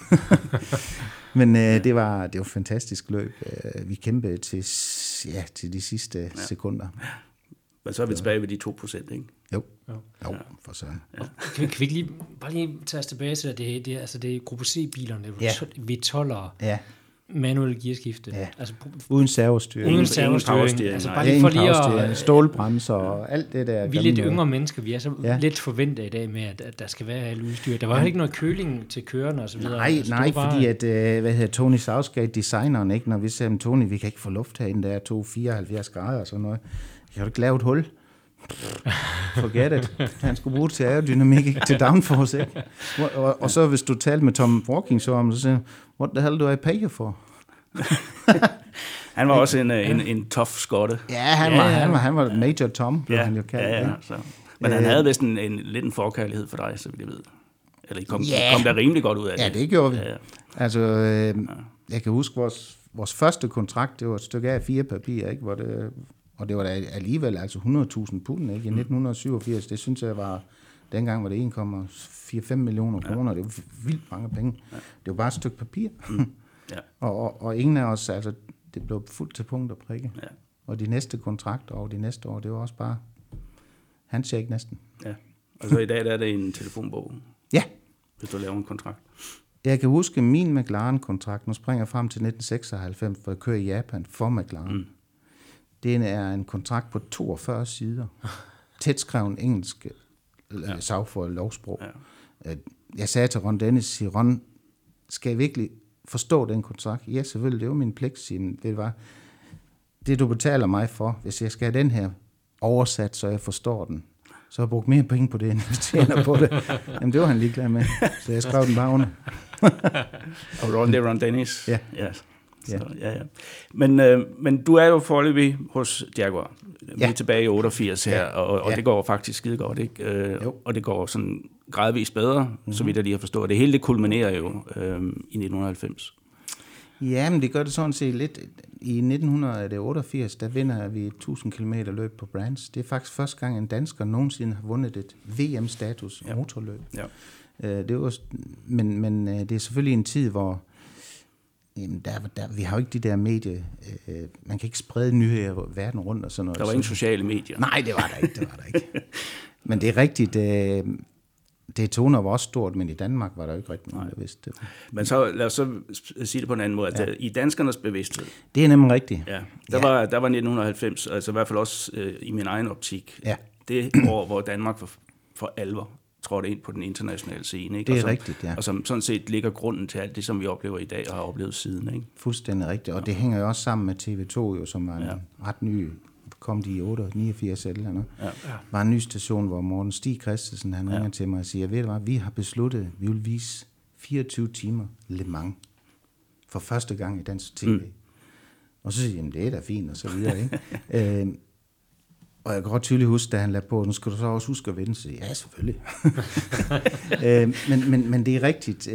Men det var et fantastisk løb. Vi kæmpede til de sidste sekunder. Men så er vi tilbage ved de 2%, ikke? Jo, for sådan. Ja. Kan vi ikke lige tage os tilbage til, at det er gruppe C-bilerne, V12'ere, manuelle gearskifte. Ja. Altså, uden servostyring. Uden servostyring. Altså bare lige for lige at... Stålbremser og alt det der. Vi er lidt yngre mennesker. Vi er så lidt forventet i dag med, at der skal være alt udstyr. Der var jo ikke noget køling til kørende og så videre. Nej, fordi at, Tony Southgate, designeren, ikke, når vi sagde, Tony, vi kan ikke få luft herinde, der er 74 grader og sådan noget. Jeg har ikke lavet et hul. Forget it. Han skulle bruge det til aerodynamik, ikke til downforce, ikke? Og så hvis du talte med Tom Walking, så siger han, what the hell do I pay you for? Han var også en tough skotte. Ja, han var Major Tom, blev han jo kaldt. Så. Men han havde vist lidt en forkærlighed for dig, så vidt jeg ved. Eller kom der rimelig godt ud af det. Ja, det gjorde vi. Ja. Altså, jeg kan huske, vores første kontrakt, det var et stykke af 4 papir, ikke, hvor det... Og det var da alligevel altså 100.000 pund, ikke? I 1987, det synes jeg var, dengang var det 1,45 millioner kroner, det var vildt mange penge. Ja. Det var bare et stykke papir. Og ingen af os, altså, det blev fuldt til punkt og prikke. Ja. Og de næste kontrakter over de næste år, det var også bare handshake næsten. Ja, og så i dag der er det en telefonbog. Ja. Hvis du laver en kontrakt. Jeg kan huske min McLaren-kontrakt, nu springer jeg frem til 1996, for jeg kører i Japan for McLaren. Det er en kontrakt på 42 sider. Tætskreven engelsk sagført lovsprog. Ja. Jeg sagde til Ron Dennis, Ron, skal jeg virkelig forstå den kontrakt? Ja, selvfølgelig, det var min pligt. Det du betaler mig for, hvis jeg skal have den her oversat, så jeg forstår den, så har jeg brugt mere penge på det, end jeg tjener på det. Jamen, det var han ligeglad med, så jeg skrev den bare under. Og Ron Dennis. Ja. Yes. Så, ja. Men du er jo foreløbig hos Jaguar. Vi er tilbage i 88 her, og det går faktisk skide godt, ikke? Og det går sådan gradvist bedre, så vidt jeg lige har forstået. Det hele det kulminerer jo i 1990. Ja, men det gør det sådan set lidt. I 1988, der vinder vi 1000 km løb på Brands. Det er faktisk første gang, en dansker nogensinde har vundet et VM-status motorløb. Ja. Men det er selvfølgelig en tid, hvor vi har jo ikke de der medier, man kan ikke sprede nyheder verden rundt og sådan noget. Der var ingen sociale medier. Nej, det var der ikke. Men det er rigtigt, det Daytona var også stort, men i Danmark var der jo ikke rigtig nogen, der vidste det. Men så lad os så sige det på en anden måde, at i danskernes bevidsthed. Det er nemlig rigtigt. Ja, der var 1990, altså i hvert fald også i min egen optik, det år, hvor Danmark for alvor trådte ind på den internationale scene. Ikke? Det er rigtigt, ja. Og som sådan set ligger grunden til alt det, som vi oplever i dag og har oplevet siden. Ikke? Fuldstændig rigtigt, og det hænger jo også sammen med TV2, jo, som var en ret ny, kom de i 89 eller noget, var en ny station, hvor Morten Stig Christensen, han ringer til mig og siger, ved du hvad, vi har besluttet, vi vil vise 24 timer Le Mans for første gang i dansk tv. Og så siger jeg, jamen det er da fint, og så videre, ikke? Og jeg kan godt tydeligt huske, da han lagde på, nu skal du så også huske at vinde, så ja, selvfølgelig. men det er rigtigt.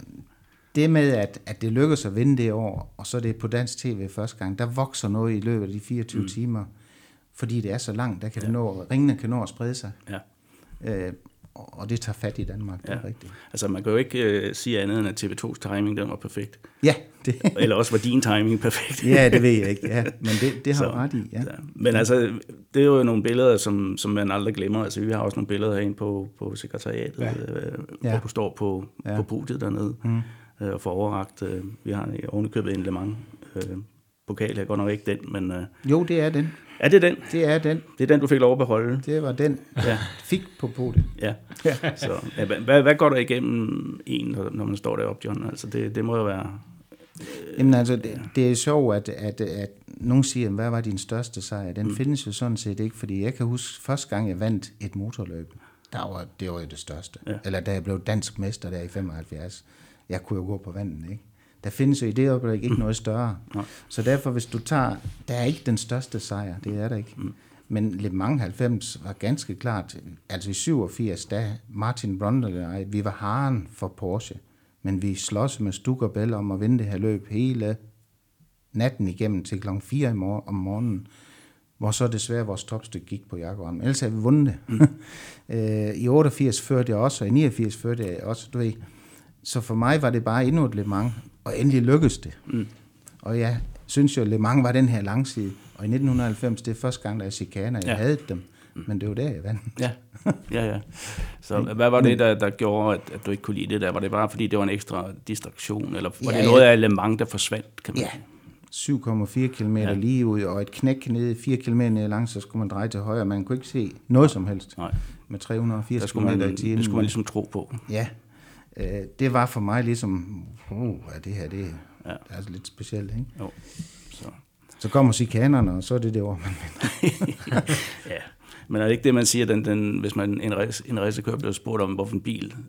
Det med, at det lykkes at vinde det år, og så det på dansk tv første gang, der vokser noget i løbet af de 24 timer, fordi det er så langt, der kan det nå, ringene kan nå at sprede sig. Ja. Og det tager fat i Danmark, det er rigtigt. Altså man kan jo ikke sige andet end, at TV2's timing, den var perfekt. Ja. Eller også var din timing perfekt. Ja, det ved jeg ikke, ja. Men det har du ret i, ja. Men altså, det er jo nogle billeder, som man aldrig glemmer. Altså vi har også nogle billeder herinde på sekretariatet, hvor du står på podiet dernede og får overrakt. Vi har ovenikøbet en Le Mans pokal, jeg går nok ikke den, men... Jo, det er den. Er det den? Det er den. Det er den, du fik lov at beholde? Det var den, fik på podiet. Ja. Så, hvad går der igennem når man står deroppe, John? Altså, det må jo være... Jamen altså, det er sjovt, at nogen siger, hvad var din største sejr? Den findes jo sådan set ikke, fordi jeg kan huske, første gang jeg vandt et motorløb, det var jo det største. Ja. Eller da jeg blev dansk mester der i 75. Jeg kunne jo gå på vandet, ikke? Der findes jo i det øjeblik ikke noget større. Ja. Så derfor, hvis du tager... Der er ikke den største sejr, det er der ikke. Men Le Mans 90 var ganske klart... Altså i 87, da Martin Brundle og jeg, vi var haren for Porsche. Men vi slås med stuk og bæl om at vinde det her løb hele natten igennem til klokken 4 om morgenen. Hvor så desværre vores topstykke gik på Jaguaren. Men ellers havde vi vundet det. I 88 førte jeg også, og i 89 førte jeg også, du ved... Så for mig var det bare endnu et Le Mans, og endelig lykkedes det. Og jeg synes jo, at Le Mans var den her langside. Og i 1990, det er første gang, der er chikaner, jeg havde dem. Men det var der, jeg vandt. Ja. Så hvad var det, der gjorde, at du ikke kunne lide det der? Var det bare, fordi det var en ekstra distraktion? Eller var det noget af Le Mans, der forsvandt? Kan man sige? 7,4 kilometer lige ud, og et knæk ned, 4 kilometer ned langt, så skulle man dreje til højre. Man kunne ikke se noget som helst. Nej. Med 380 kilometer i timen. Det skulle man ligesom tro på. Ja. Det var for mig ligesom, det her, det er altså lidt specielt, ikke? Jo. Så kommer chikanerne, og så er det år, man vinder. Ja, men er det ikke det, man siger, hvis man en racerkører bliver spurgt om, hvorfor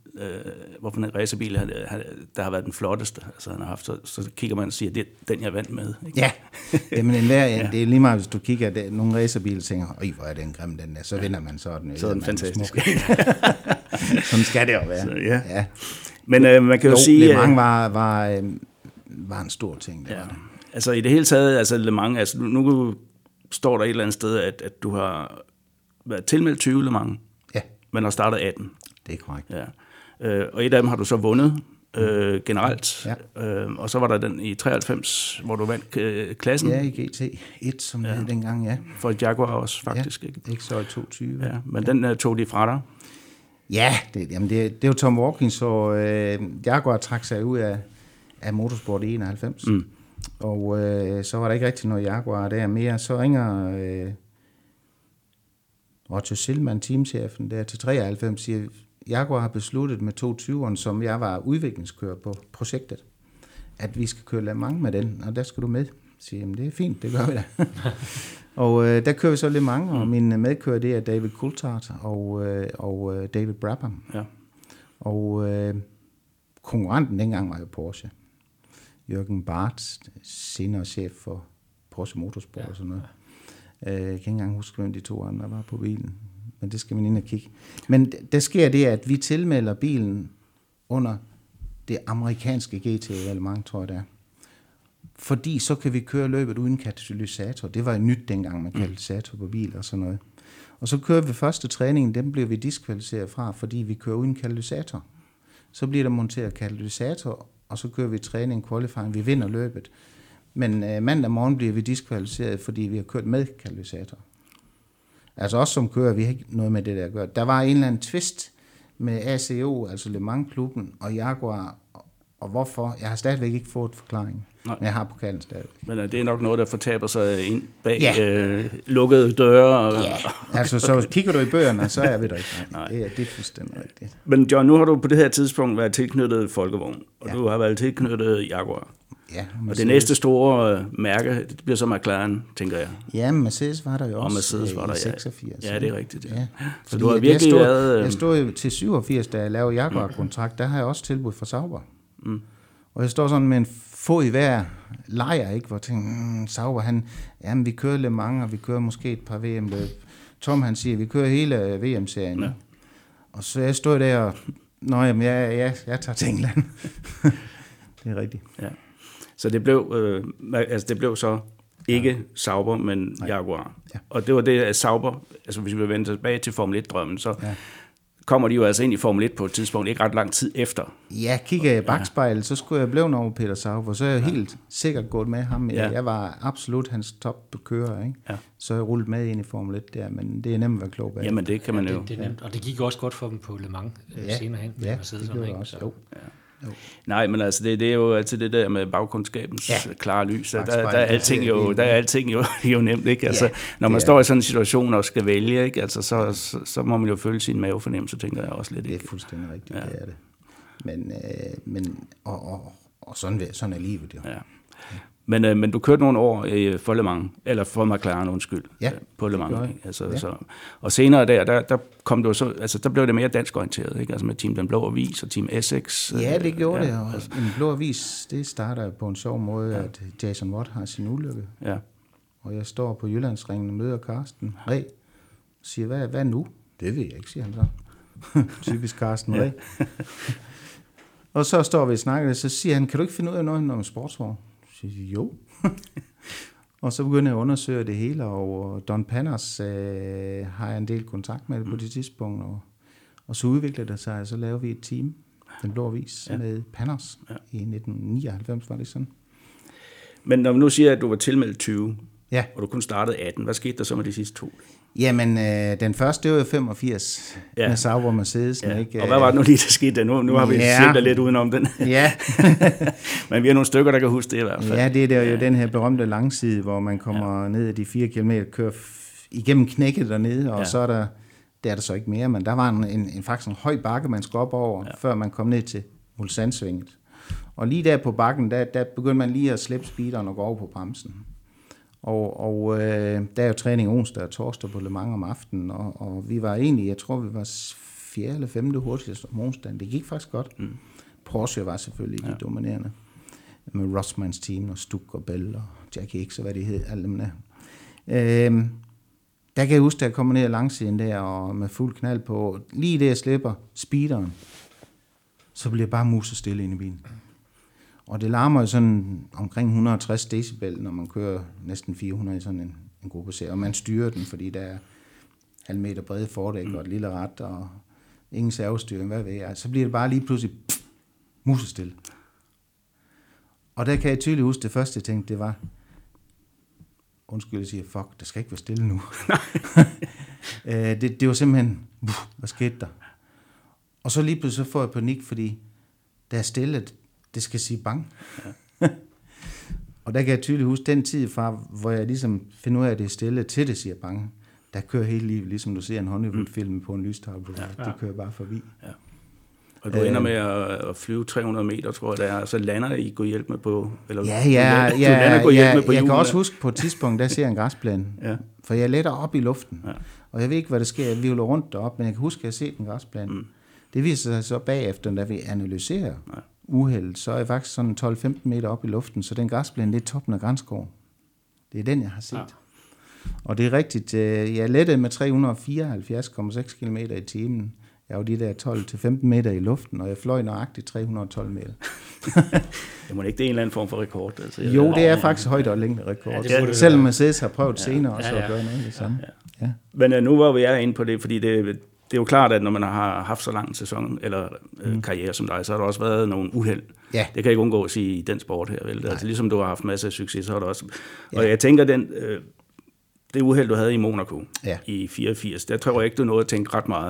en racerbil, der har været den flotteste, altså han har haft, så kigger man og siger, det er den, jeg vandt med. Ikke? Ja, jamen det er lige meget, hvis du kigger, at nogle racerbiler og tænker, hvor er den grim, den der, så vinder man sådan. Så er den fantastisk. Sådan skal det jo være. Så, ja. Men man kan jo sige... Le Mans var en stor ting. Det var det. Altså i det hele taget, altså Le Mans, altså nu står der et eller andet sted, at du har været tilmeldt 20 Le Mans, men har startet 18. Det er korrekt. Ja. Og et af dem har du så vundet generelt, og så var der den i 93, hvor du vandt klassen. Ja, i GT1, som det hed dengang, For Jaguar også, faktisk. Ikke så i 22. Ja, men den tog de fra dig. Ja, det er jo Tom Watkins, og Jaguar trak sig ud af motorsport i 91. Og så var der ikke rigtig noget Jaguar der mere. Så ringer Roger Silman, teamchefen der til 93, siger, Jaguar har besluttet med 220'eren, som jeg var udviklingskører på projektet, at vi skal køre Le Mans med den, og der skal du med. Så siger jeg, det er fint, det gør vi da. Og der kører vi så Le Mans, og min medkører, det er David Coulthard og David Brabham. Ja. Og konkurrenten dengang var jo Porsche. Jørgen Barth, senere chef for Porsche Motorsport og sådan noget. Jeg kan ikke engang huske, hvem de to andre var på bilen, men det skal man ind og kigge. Men der sker det, at vi tilmelder bilen under det amerikanske GT-reglement, tror jeg det er. Fordi så kan vi køre løbet uden katalysator. Det var jo nyt dengang med katalysator på biler og sådan noget. Og så kører vi første træningen, den bliver vi diskvalificeret fra, fordi vi kører uden katalysator. Så bliver der monteret katalysator, og så kører vi træning, qualifying, vi vinder løbet. Men mandag morgen bliver vi diskvalificeret, fordi vi har kørt med katalysator. Altså også som kører, vi har ikke noget med det der at gøre. Der var en eller anden twist med ACO, altså Le Mans-klubben, og Jaguar, og hvorfor? Jeg har stadigvæk ikke fået forklaring, men jeg har pokalen stadig. Men det er nok noget, der fortaber sig ind bag lukkede døre. Og altså så kigger du i bøgerne, så er vi der ikke. Nej. Det er fuldstændig rigtigt. Men John, nu har du på det her tidspunkt været tilknyttet Folkevogn, og du har været tilknyttet Jaguar. Ja, og det næste store mærke, det bliver så McLaren, tænker jeg. Ja, Mercedes var der jo også. Og Mercedes var der, i 86. Ja, det er rigtigt. Ja. Så du har virkelig været... Jeg stod jo til 87, da jeg lavede Jaguar-kontrakt, der har jeg også tilbudt for Sauber. Og jeg står sådan med en fod i hver lejr, ikke? Hvor jeg tænker, Sauber, jamen vi kører Le Mans, og vi kører måske et par VM-løb. Tom, han siger, vi kører hele VM-serien. Ja. Og så jeg stod der og, jamen jeg tager til England. Det er rigtigt. Ja. Så det blev så ikke Sauber, men Jaguar. Ja. Og det var det, at Sauber, altså hvis vi vil vende tilbage til Formel 1-drømmen, så kommer de jo altså ind i Formel 1 på et tidspunkt, ikke ret lang tid efter. Ja, kigger jeg i bagspejlet, så skulle jeg blive over Peter Sauber, så er jeg helt sikkert gået med ham. Ja. Jeg var absolut hans topkører, ikke? Ja. Så jeg rullede med ind i Formel 1 der, men det er nemt at være klog bag. Jamen det kan man jo. Det er nemt, og det gik også godt for dem på Le Mans senere hen. Ja, det gjorde det også, jo. Jo. Nej, men altså det er jo altid det der med bagkundskabens klare lys. Der er alting jo nemt, ikke? Altså, når man står i sådan en situation og skal vælge, ikke? Altså, så må man jo føle sin mavefornemmelse, tænker jeg også lidt. Det er fuldstændig rigtigt, det er det. Men sådan er livet jo. Ja. Men du kørte nogle år for Le Mans, eller for McLaren, på Le Mans. Altså, og senere der kom du så, altså der blev det mere dansk orienteret, ikke? Altså med Team Den Blå Avis og Team Essex. Ja, det gjorde det, og en Blå Avis, det starter på en sjov måde, at Jason Watt har sin ulykke. Ja. Og jeg står på Jyllandsringen og møder Carsten Reh, og siger, hvad nu? Det ved jeg ikke, siger han så. Typisk Carsten Reh. Og så står vi og snakker, så siger han, kan du ikke finde ud af noget om sportsvogn? Jo. Og så begynder jeg at undersøge det hele, og Don Panners har jeg en del kontakt med på det tidspunkt, og så udviklede det sig, og så lavede vi et team, Den Blå Avis, med Panners i 1999, var det sådan. Men når vi nu siger, at du var tilmeldt 20, og du kun startede 18, hvad skete der så med de sidste 2? Jamen, den første, det var 85 med Sauber Mercedes. Ikke? Og hvad var det nu lige, der skete? Nu har vi set lidt udenom den. Ja. Men vi er nogle stykker, der kan huske det i hvert fald. Ja, det er jo den her berømte langside, hvor man kommer ned ad de 4 kilometer, kører igennem knækket dernede, og så er der så ikke mere, men der var faktisk en høj bakke, man skulle op over, før man kom ned til Mulsandsvinget. Og lige der på bakken, der begyndte man lige at slippe speederen og gå over på bremsen. Og der er jo træning onsdag og torsdag på Le Mans om aftenen, og vi var egentlig, jeg tror vi var 4. eller 5. hurtigst om onsdagen. Det gik faktisk godt. Porsche var selvfølgelig ikke dominerende. Med Rossmans team og Stuk og Bell og Jackie X og hvad de hed, alle dem der. Der kan jeg huske, at jeg kommer ned ad langsiden der, og med fuld knald på, lige det jeg slipper speederen, så bliver jeg bare muset stille inde i bilen. Og det larmer jo sådan omkring 160 decibel, når man kører næsten 400 i sådan en gruppe C. Og man styrer den, fordi der er halv meter brede fordæk og et lille ret, og ingen servostyring, hvad ved jeg. Så bliver det bare lige pludselig musestille. Og der kan jeg tydeligt huske, det første jeg tænkte, det var, undskyld, jeg siger, fuck, der skal ikke være stille nu. det var simpelthen, hvad skete der? Og så lige pludselig så får jeg panik, fordi der er stille, det skal sige bang. Ja. Og der kan jeg tydeligt huske den tid fra, hvor jeg ligesom finder ud af, at det er stille, til det siger bang. Der kører hele livet, ligesom du ser en Hollywood-film på en lystavle. Ja. Det kører bare forbi. Ja. Og du ender med at flyve 300 meter, tror jeg, der, og så lander I gå hjælp med på... Eller, jeg kan også huske på et tidspunkt, der ser jeg en græsplæne. For jeg letter op i luften. Ja. Og jeg ved ikke, hvad der sker. Jeg vivler rundt derop, men jeg kan huske, at jeg har set en græsplæne. Det viser sig så bagefter, da vi analyserer uheldet, så er jeg faktisk sådan 12-15 meter op i luften, så den græsplæne, det er toppen af Grænskoven. Det er den, jeg har set. Ja. Og det er rigtigt, jeg lettede med 374,6 km i timen. Jeg var de der 12-15 meter i luften, og jeg fløj nøjagtigt 312 meter. Det må ikke det en eller anden form for rekord? Altså, jo, det er faktisk højt og længde rekord. Ja, selvom Mercedes har prøvet senere også at gøre noget af det samme. Ja. Men nu var vi inde på det, fordi det er jo klart, at når man har haft så lang en sæson eller karriere som dig, så har der også været nogle uheld. Ja. Det kan ikke undgå at sige i den sport her, vel? Altså, ligesom du har haft masser af succes, så har du også... Og jeg tænker, det uheld, du havde i Monaco i 84, der tror jeg ikke, du nåede at tænke ret meget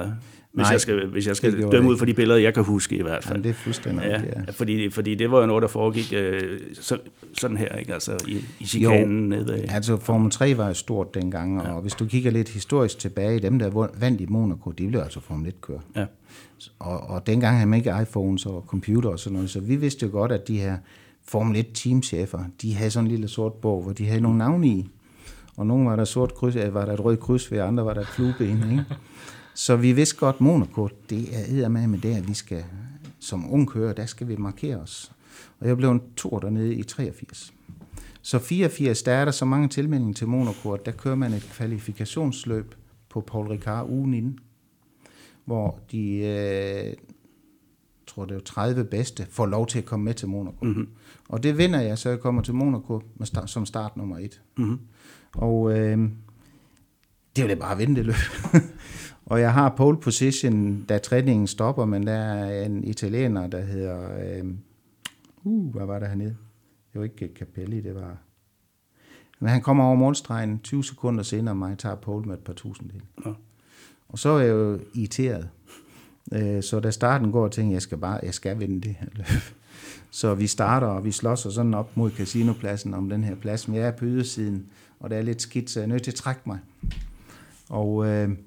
Hvis jeg skal dømme ud for de billeder, jeg kan huske i hvert fald. Jamen, det er fuldstændig ja. Fordi det var jo noget, der foregik sådan her, ikke? Altså i chikanen nedad. Altså Formel 3 var jo stort dengang, og hvis du kigger lidt historisk tilbage, dem der vandt i Monaco, de blev altså Formel 1-kører. Ja. Og dengang havde man ikke iPhones og computer og sådan noget, så vi vidste jo godt, at de her Formel 1 teamchefer, de havde sådan en lille sort bog, hvor de havde nogle navne i. Og nogle var der sort kryds, var der et rødt kryds ved, andre var der et flueben, ikke? Så vi vidste godt, Monaco, det er eddermame det, at vi skal, som ung kører, der skal vi markere os. Og jeg blev en tur dernede i 83. Så 84, der er der så mange tilmeldinger til Monaco, at der kører man et kvalifikationsløb på Paul Ricard ugen inden, hvor de, tror det er 30 bedste, får lov til at komme med til Monaco. Mm-hmm. Og det vinder jeg, så jeg kommer til Monaco som start nummer 1. Mm-hmm. Og det vil jeg bare vinde det løb. Og jeg har pole position, da træningen stopper, men der er en italiener, der hedder... hvad var det hernede? Det var ikke Capelli, det var... Men han kommer over målstregen 20 sekunder senere, og mig tager pole med et par tusindedel. Ja. Og så er jeg jo irriteret. Så da starten går, tænker jeg skal vinde det her løb. Så vi starter, og vi slås sådan op mod casinopladsen om den her plads, men jeg er på ydersiden, og der er lidt skidt, så jeg er nødt til at trække mig. Og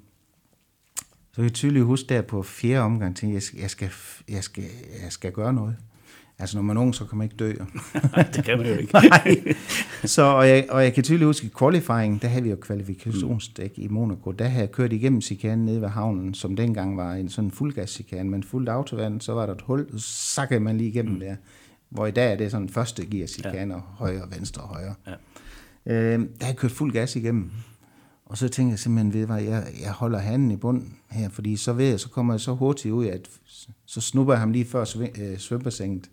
så kan jeg tydeligt huske der på 4. omgang, tænkte jeg skal gøre noget. Altså når man er ung, så kan man ikke dø. Det kan man jo ikke. Så, og jeg kan tydeligt huske, i qualifying, der havde vi jo kvalifikationsdæk i Monaco. Der havde jeg kørt igennem chikanen nede ved havnen, som dengang var en sådan fuldgas-chikane, men fuldt autovand, så var der et hul, så kan man lige igennem der. Hvor i dag er det sådan første gear-chikaner, højre, venstre, højre. Ja. Der havde jeg kørt fuld gas igennem. Og så tænkte jeg simpelthen, ved hvad, jeg holder handen i bunden her, fordi så ved jeg, så kommer jeg så hurtigt ud, at så snupper jeg ham lige før svømmebassinet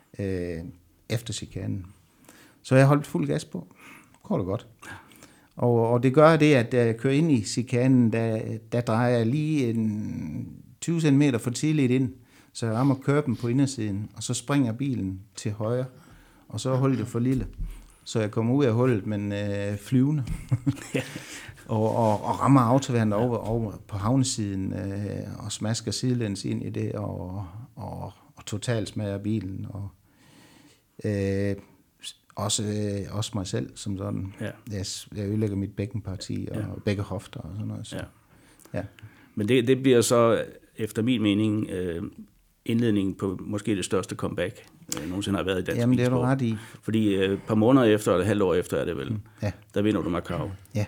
efter chikanen. Så jeg holdt fuld gas på. Kort og godt. Og det gør det, at da jeg kører ind i chikanen, der drejer jeg lige en 20 cm for tidligt ind, så jeg rammer køben på indersiden, og så springer bilen til højre, og så holder det for lille. Så jeg kommer ud af hullet, men flyvende. og rammer autovandet over på havnesiden, og smasker sidelæns ind i det, og totalt smager bilen. Og også mig selv, som sådan. Ja. Jeg ødelægger mit bækkenparti og begge hofter og sådan noget. Så. Ja. Men det bliver så, efter min mening, indledningen på måske det største comeback, nogensinde har været i dansk. Jamen, det er du ret i. Fordi et par måneder efter, eller et halvt år efter er det vel, der vinder du Macau. Ja.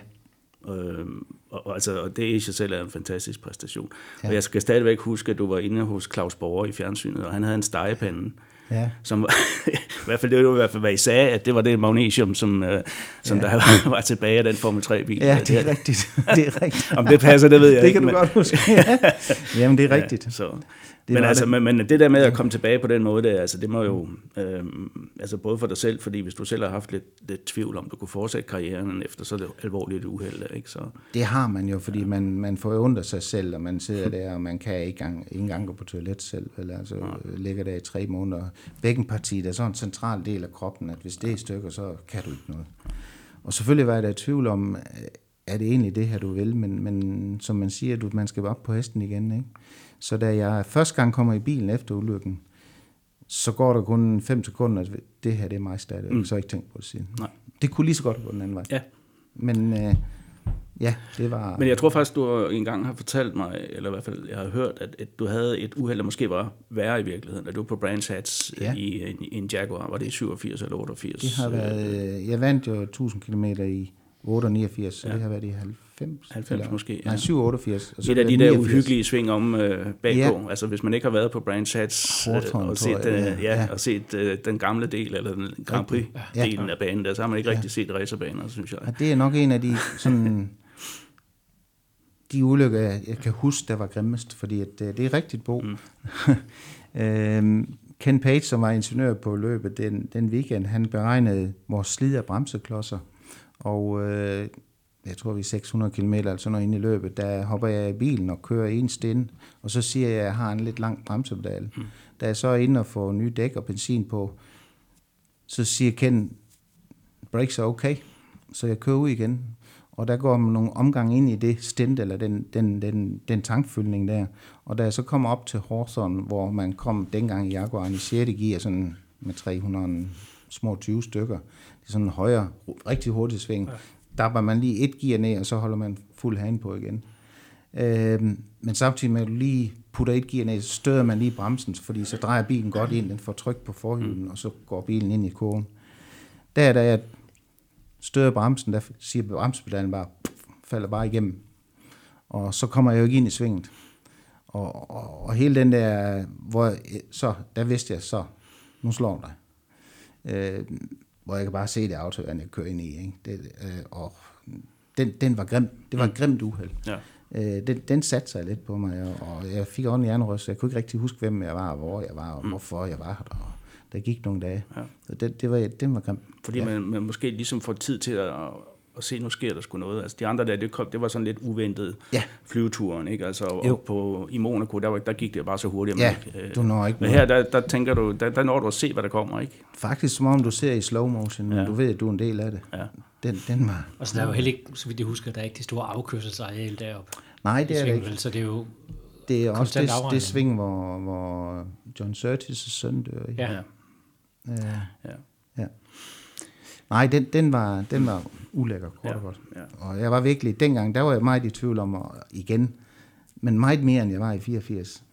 Og det i sig selv er en fantastisk præstation. Ja. Og jeg skal stadigvæk huske, at du var inde hos Claus Borger i fjernsynet, og han havde en stegepande, som i hvert fald, det var i hvert fald, hvad I sagde, at det var det magnesium, som der var tilbage af den Formel 3-bil. Ja, det er rigtigt. Det er rigtigt. Om det passer, det ved jeg ikke. Det kan du godt huske. Jamen, det er rigtigt. Så. Men det der med at komme tilbage på den måde, det må jo, altså både for dig selv, fordi hvis du selv har haft lidt tvivl om, du kunne fortsætte karrieren efter så alvorligt uheld, ikke? Så. Det har man jo, fordi man får jo ondt sig selv, og man sidder der, og man kan ikke engang gå på toilet selv, eller altså ligger der i 3 måneder. Bækkenpartiet er sådan en central del af kroppen, at hvis det er i stykker, så kan du ikke noget. Og selvfølgelig var jeg da i tvivl om, er det egentlig det her, du vil, men som man siger, man skal op på hesten igen, ikke? Så da jeg første gang kommer i bilen efter ulykken, så går der kun 5 sekunder, at det her, det er mig stadig. Så har jeg ikke tænkt på det siden. Nej. Det kunne lige så godt gå den anden vej. Ja. Men det var... Men jeg tror faktisk, du engang har fortalt mig, eller i hvert fald, jeg har hørt, at du havde et uheld, der måske var værre i virkeligheden, at du var på Brands Hatch i en Jaguar. Var det i 87 eller 88? Det har været... Jeg vandt jo 1000 km i 89, så det har været i 90 måske. Nej, 87. Et af de der uhyggelige sving om bagpå. Altså hvis man ikke har været på Brands Hatch og set den gamle del, eller den Grand Prix-delen af banen der, så har man ikke rigtig set racerbaner, synes jeg. Ja, det er nok en af de sådan... de ulykker, jeg kan huske, der var grimmest, fordi at, det er rigtigt, Bo. Ken Page, som var ingeniør på løbet den weekend, han beregnede vores slid af bremseklodser, og jeg tror, vi er 600 km eller sådan noget inde i løbet, der hopper jeg i bilen og kører en stinde, og så siger jeg, at jeg har en lidt lang bremsepedal. Da jeg så er inde og får nye dæk og benzin på, så siger Ken, brakes er okay, så jeg kører ud igen. Og der går man nogle omgang ind i det stint, eller den tankfyldning der. Og da jeg så kommer op til Hawthorne, hvor man kom dengang i Jaguaren i 6. gear, sådan med 300 små 20 stykker, det er sådan en højere, rigtig hurtig sving. Ja. Der var man lige 1 gear ned, og så holder man fuld hand på igen. Men samtidig med, at du lige putter 1 gear ned, så støder man lige bremsen, fordi så drejer bilen godt ind, den får tryk på forhjulen, og så går bilen ind i kurven. Da jeg støder bremsen, der siger bremsepedalen bare, falder bare igennem. Og så kommer jeg jo ikke ind i svinget. Og hele den der, der vidste jeg så, nu slår dig. Hvor jeg kan bare se det auto, jeg kører ind i. Ikke? Og den var grim. Det var et grimt uheld. Ja. Den satte sig lidt på mig, og jeg fik ordentlig hjernerøst, så jeg kunne ikke rigtig huske, hvem jeg var, og hvor jeg var, og hvorfor jeg var der. Og der gik nogle dage. Ja. Så den var grim. Fordi man måske ligesom får tid til at se, nu sker der sgu noget. Altså de andre der, det var sådan lidt uventet flyveturen, ikke? Altså i Monaco, der gik det bare så hurtigt. Ja, du når ikke. Men her, der tænker du, der når du at se, hvad der kommer, ikke? Faktisk som om du ser i slow motion, men du ved, at du er en del af det. Ja. Den var... Og så der er jo heller ikke, så vidt jeg husker, der er ikke de store afkørselsareal deroppe. Nej, det er det ikke. Så det er jo... Det er også det sving, hvor John Surtees' søn dør, ikke? Ja. Nej, den var ulækker, kort og godt. Ja. Og jeg var virkelig, dengang, der var jeg meget i tvivl om, igen, men meget mere, end jeg var i 84,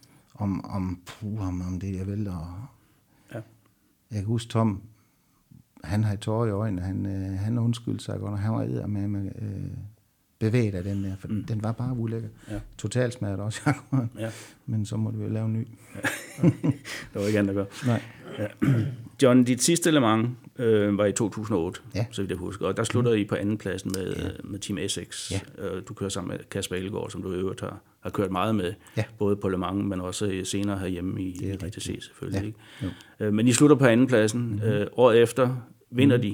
om det, jeg ville. Jeg kan huske Tom, han havde tårer i øjnene, han undskyldte sig godt, og han var eddermame bevæget af den der, for den var bare ulækker. Ja. Totalt smadret også, men så måtte vi jo lave en ny. Ja. Det var ikke andet at gøre. Nej. Ja. John, dit sidste Le Mans var i 2008, så vidt jeg husker, og der sluttede I på andenpladsen med Team Essex. Ja. Du kører sammen med Kasper Ellegaard, som du i øvrigt har kørt meget med, både på Le Mans, men også senere herhjemme i DTC selvfølgelig. Ja. Ikke? Men I slutter på andenpladsen. Året efter vinder de,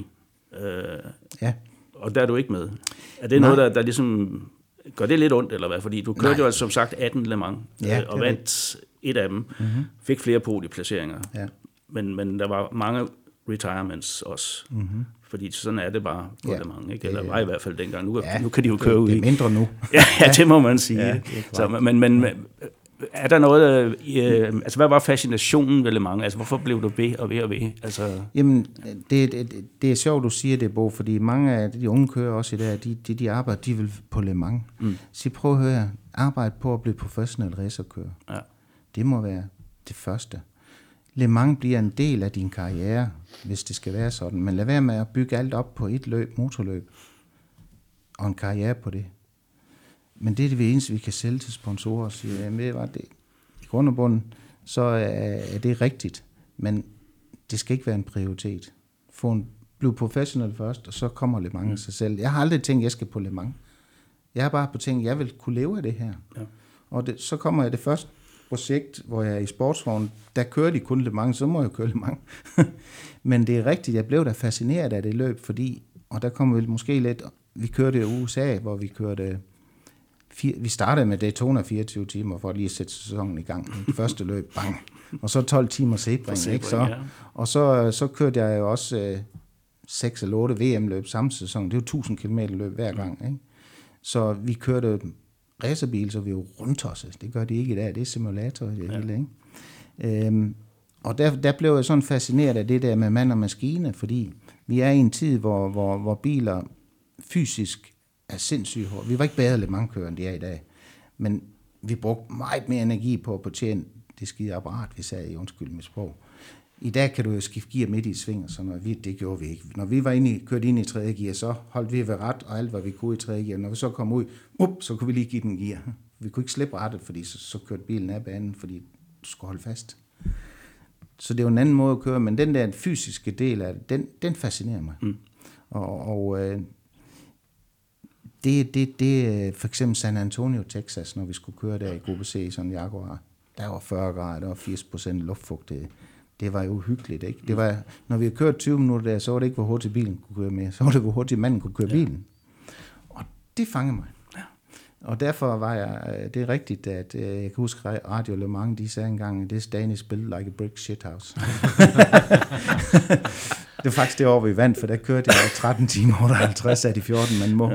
og der er du ikke med. Er det noget, der ligesom gør det lidt ondt, eller hvad? Fordi du kørte jo altså som sagt 18 Le Mans, og vandt et af dem, fik flere podieplaceringer. Ja. Men der var mange retirements også, fordi sådan er det bare på Le Mans, ikke? Eller var i hvert fald dengang. Nu kan de jo køre ud i. Det er mindre nu. ja, det må man sige. Ja, så, men er der noget, altså hvad var fascinationen ved Le Mans? Altså hvorfor blev du ved og ved og ved? Altså... Jamen, det er sjovt, du siger det, Bo, fordi mange af de unge kører også i dag, de arbejder, de vil på Le Mans. Så prøv at høre, arbejde på at blive professionel racerkører. Ja. Det må være det første. Le Mans bliver en del af din karriere, hvis det skal være sådan. Men lad være med at bygge alt op på et løb, motorløb, og en karriere på det. Men det er det eneste, vi kan sælge til sponsorer og sige, jamen det var det. I grund og bund, så er det rigtigt. Men det skal ikke være en prioritet. Bliv professionel først, og så kommer Le Mans af sig selv. Jeg har aldrig tænkt, at jeg skal på Le Mans. Jeg har bare på tænkt, at jeg vil kunne leve af det her. Ja. Og så kommer jeg det første projekt, hvor jeg er i sportsvogn, der kører de kun Le Mans, så må jeg køre Le Mans. Men det er rigtigt, jeg blev da fascineret af det løb, fordi, og der kommer vi måske lidt, vi kørte i USA, hvor vi kørte, vi startede med Daytona 24 timer, for at lige sætte sæsonen i gang. Første løb, bang. Og så 12 timer Sebring, ikke så? Ja. Og så kørte jeg jo også 6 eller 8 VM-løb samme sæson. Det er jo 1000 km løb hver gang, ikke? Så vi kørte racerbil, så vi jo rundtosset. Det gør de ikke i dag. Det er simulator det hele, ikke? Og der blev jeg sådan fascineret af det der med mand og maskine, fordi vi er i en tid, hvor biler fysisk er sindssygt hårde. Vi var ikke bedre Le Mans-kører, end de er i dag. Men vi brugte meget mere energi på at betjene det skide apparat, vi sagde i undskyld mit sprog. I dag kan du jo skifte gear midt i sving og sådan noget. Det gjorde vi ikke. Når vi var kørte ind i 3. gear, så holdt vi ved ret, og alt hvad vi kunne i 3. gear. Når vi så kom ud, så kunne vi lige give den gear. Vi kunne ikke slippe rettet, fordi så kørte bilen af banen, fordi du skulle holde fast. Så det er jo en anden måde at køre, men den der fysiske del af det, den fascinerer mig. Det for eksempel San Antonio, Texas, når vi skulle køre der i gruppe C i sådan en Jaguar, der var 40 grader, der var 80% luftfugtighed. Det var jo uhyggeligt, ikke? Det var, når vi havde kørt 20 minutter der, så var det ikke, hvor hurtigt bilen kunne køre mere. Så var det, hvor hurtigt manden kunne køre bilen. Og det fangede mig. Ja. Og derfor var det er rigtigt, at jeg kan huske Radio Le Mans, de sagde engang, this Danish built like a brick shithouse. Det var faktisk det år, vi vandt, for der kørte jeg 13 timer 58 af de 14, man må. Ja.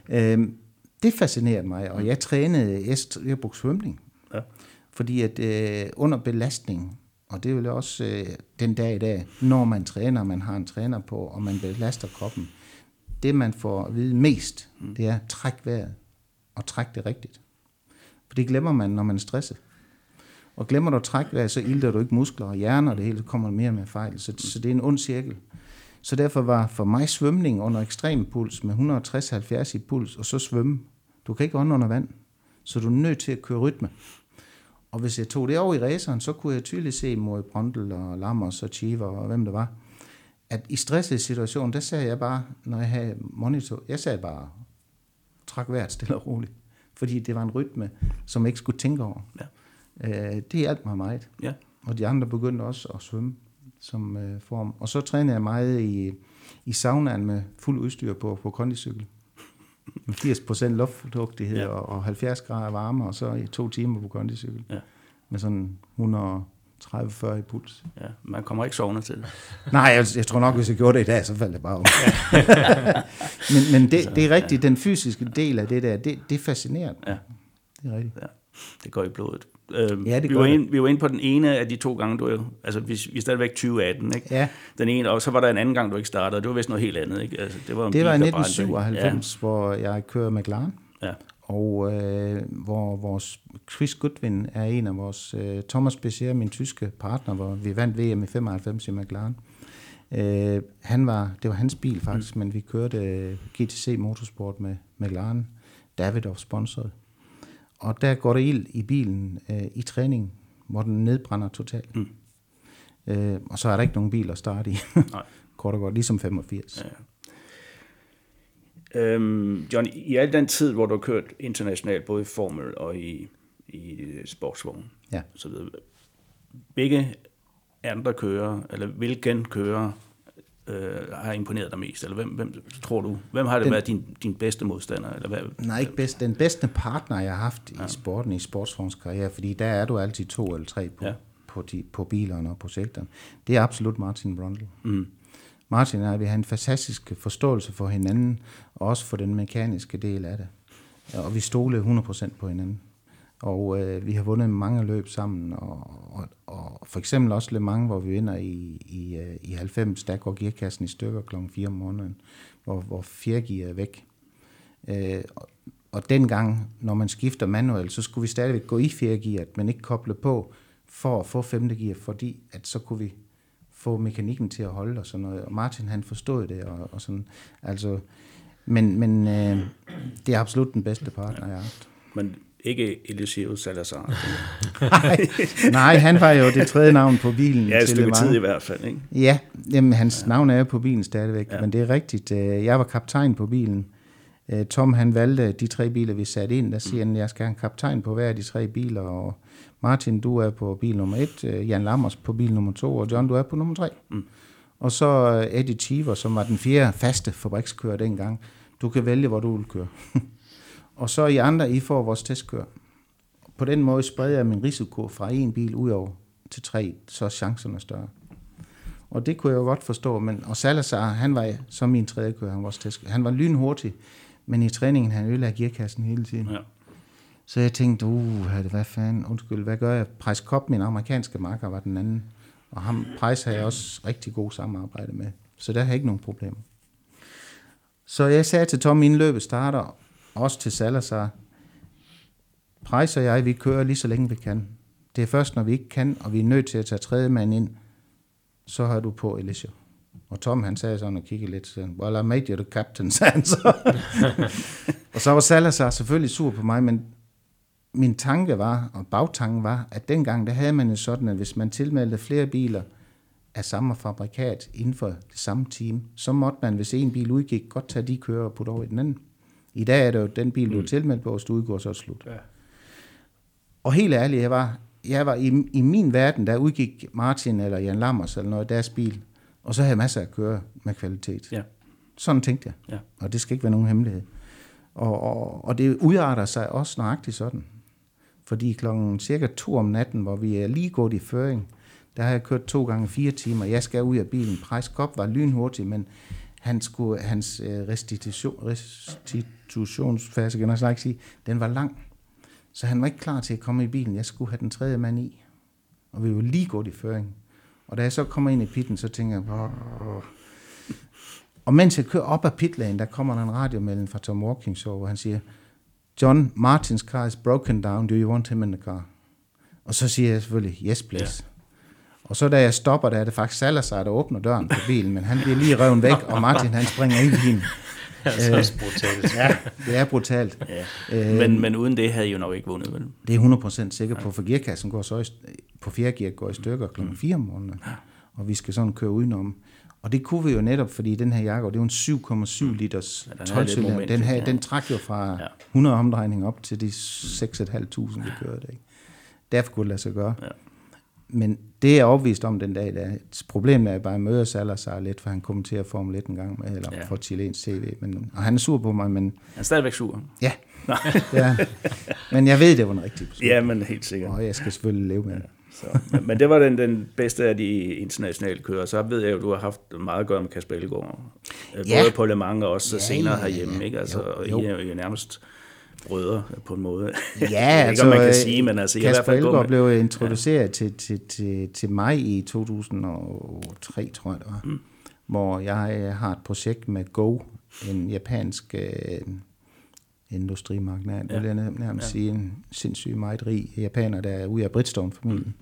Det fascinerede mig, og jeg trænede, jeg brugte svømning. Ja. Fordi at under belastning, og det er jo også den dag i dag, når man træner, man har en træner på, og man belaster kroppen, det man får at vide mest, det er træk vejret, og træk det rigtigt. For det glemmer man, når man er stresset. Og glemmer du at trække vejret, så ilter du ikke muskler og hjerne, og det hele kommer mere og mere fejl. Så det er en ond cirkel. Så derfor var for mig svømning under ekstrem puls med 160-70 i puls, og så svømme. Du kan ikke ånde under vand, så du er nødt til at køre rytme. Og hvis jeg tog det over i raceren, så kunne jeg tydeligt se mod Brøndel og Lammers og Chiver og hvem det var, at i stressede situationer, der sagde jeg bare, når jeg havde monitor, jeg sagde bare, træk vejret stille og roligt. Fordi det var en rytme, som jeg ikke skulle tænke over. Ja. Det hjalp mig meget. Ja. Og de andre begyndte også at svømme som form. Og så trænede jeg meget i saunaen med fuld udstyr på kondicykel. Med 80% luftfugtighed ja. Og 70 grader varme, og så i 2 timer på kondicykel. Ja. Med sådan 130-40 i puls. Ja, man kommer ikke sovende til det. Nej, jeg tror nok, hvis jeg gjorde det i dag, så faldt det bare om. men det er rigtigt, den fysiske del af det der, det er fascinerende. Ja. Det er rigtigt. Ja. Det går i blodet. Ja, det vi var inde på den ene af de 2 gange, du jo, altså vi er stadigvæk 2018, ikke? Ja. Den ene, og så var der en anden gang, du ikke startede, det var vist noget helt andet, ikke? Altså, det var i 1997, hvor jeg kører McLaren, ja. Og hvor vores Chris Goodwin er en af vores, Thomas Becher, min tyske partner, hvor vi vandt VM i 95 i McLaren. Det var hans bil faktisk, men vi kørte GTC Motorsport med McLaren, Davidoff sponsoret. Og der går der ild i bilen i træning, hvor den nedbrænder totalt. Og så er der ikke nogen bil at starte i. Nej. Kort og godt, ligesom 85. Ja. John, i al den tid, hvor du har kørt internationalt, både i formel og i sportsvogn, ja. Så videre, hvilke andre kører, eller hvilken kører har imponeret dig mest? Eller hvem tror du, hvem har det været din bedste modstander? Eller hvad? Nej, ikke bedst. Den bedste partner, jeg har haft i sporten, i sportsvognskarriere, fordi der er du altid 2 eller 3 på bilerne og projekterne. Det er absolut Martin Brundle. Martin og jeg, vi har en fantastisk forståelse for hinanden, og også for den mekaniske del af det. Og vi stolede 100% på hinanden. Og vi har vundet mange løb sammen, og for eksempel også Le Mans, hvor vi vinder i 90, der går gearkassen i stykker klokken 4 om morgenen, hvor 4. gear er væk. Og dengang, når man skifter manuelt, så skulle vi stadigvæk gå i 4. gearet, men ikke koble på for at få 5. gear, fordi at så kunne vi få mekanikken til at holde og sådan noget. Og Martin, han forstod det og sådan. Altså, men det er absolut den bedste partner, jeg har haft. Men ikke Eliseo Salazar. Nej, han var jo det 3. navn på bilen. Ja, et stykke tid i hvert fald, ikke? Ja, jamen, hans navn er jo på bilen stadigvæk, men det er rigtigt. Jeg var kaptajn på bilen. Tom, han valgte de 3 biler, vi satte ind. Der siger han, jeg skal have en kaptajn på hver af de 3 biler, og Martin, du er på bil nummer 1, Jan Lammers på bil nummer 2, og John, du er på nummer 3. Og så Eddie Cheever, som var den 4. faste fabrikskører dengang. Du kan vælge, hvor du vil køre. Og så I andre, I får vores testkør. På den måde spreder jeg min risiko fra 1 bil ud over til 3, så er chancerne større. Og det kunne jeg jo godt forstå, og Salazar, han var som min 3. kører, han var testkør. Han var lynhurtig, men i træningen han ødelagde gearkassen hele tiden. Ja. Så jeg tænkte, hvad fanden, hvad gør jeg? Price Kopp, min amerikanske makker, var den anden. Og ham, Price havde jeg også rigtig god samarbejde med. Så der havde jeg ikke nogen problemer. Så jeg sagde til Tom, inden løbet starter, også til Salazar, Price og jeg, vi kører lige så længe vi kan. Det er først, når vi ikke kan, og vi er nødt til at tage 3. mand ind, så har du på Eliseo. Og Tom, han sagde sådan og kiggede lidt, så, well, I made you the captain, sagde han så. Og så var Salazar selvfølgelig sur på mig, men min tanke var, og bagtanken var, at dengang, der havde man jo sådan, at hvis man tilmeldte flere biler af samme fabrikat inden for det samme team, så måtte man, hvis en bil udgik, godt tage de kører og putte over i den anden. I dag er det jo den bil, du er tilmeldt på, og hvis du udgår, så er det slut. Ja. Og helt ærligt, jeg var i min verden, der udgik Martin eller Jan Lammers eller noget deres bil, og så havde jeg masser af kører med kvalitet. Ja. Sådan tænkte jeg. Ja. Og det skal ikke være nogen hemmelighed. Og det udarter sig også nøjagtigt sådan. Fordi klokken cirka 2 om natten, hvor vi er lige gået i føring, der har jeg kørt 2 gange 4 timer. Jeg skal ud af bilen. Price Kopp var lynhurtig, men hans restitutionsfase, kan jeg nok sige, den var lang. Så han var ikke klar til at komme i bilen. Jeg skulle have den tredje mand i. Og vi var lige gået i føring. Og da jeg så kommer ind i pitten, så tænker jeg, og mens jeg kører op ad pitlanen, der kommer der en radiomelding fra Tom Walkinshaw, hvor han siger, John, Martins car is broken down, do you want him in the car? Og så siger jeg selvfølgelig, yes please. Og så da jeg stopper, der er det faktisk Salazar, der åbner døren på bilen, men han bliver lige revet væk, og Martin han springer ind i bilen. Det er også brutalt. Ja, det er brutalt. Ja. Men uden det havde I jo nok ikke vundet, vel? Det er 100% sikker på, for gearkassen går så på fjerde gear går i stykker kl. 4 om morgenen, og vi skal sådan køre udenom. Og det kunne vi jo netop, fordi den her Jaguar, det er jo en 7,7 liters 12-cylinder. Den trak jo fra 100 omdrejninger op til de 6.500, vi kørte. Ikke? Derfor kunne det lade sig gøre. Ja. Men det er jeg overbevist om den dag, der. Problemet er bare, at jeg møder Salazar lidt, for han kommenterer Formel 1 en gang med, eller for chilensk TV. Og han er sur på mig, men... Han er stadigvæk sur. Ja. Ja. Men jeg ved, det var en rigtig beslutning. Ja, men helt sikkert. Og jeg skal selvfølgelig leve med det. Så, men det var den bedste af de internationale kører. Så ved jeg jo, du har haft meget at gøre med Kasper Elgaard. Både på Le Mans og også senere herhjemme. Ikke? Altså, jo. I er jo nærmest brødre på en måde. Ja, altså, ikke, man kan sige, men altså... Kasper Elgaard blev introduceret til mig i 2003, tror jeg det var. Hvor jeg har et projekt med Go, en japansk... industrimagnat, vil jeg nærmest sige, en sindssygt meget rig japaner, der er ude af Bridgestone-familien.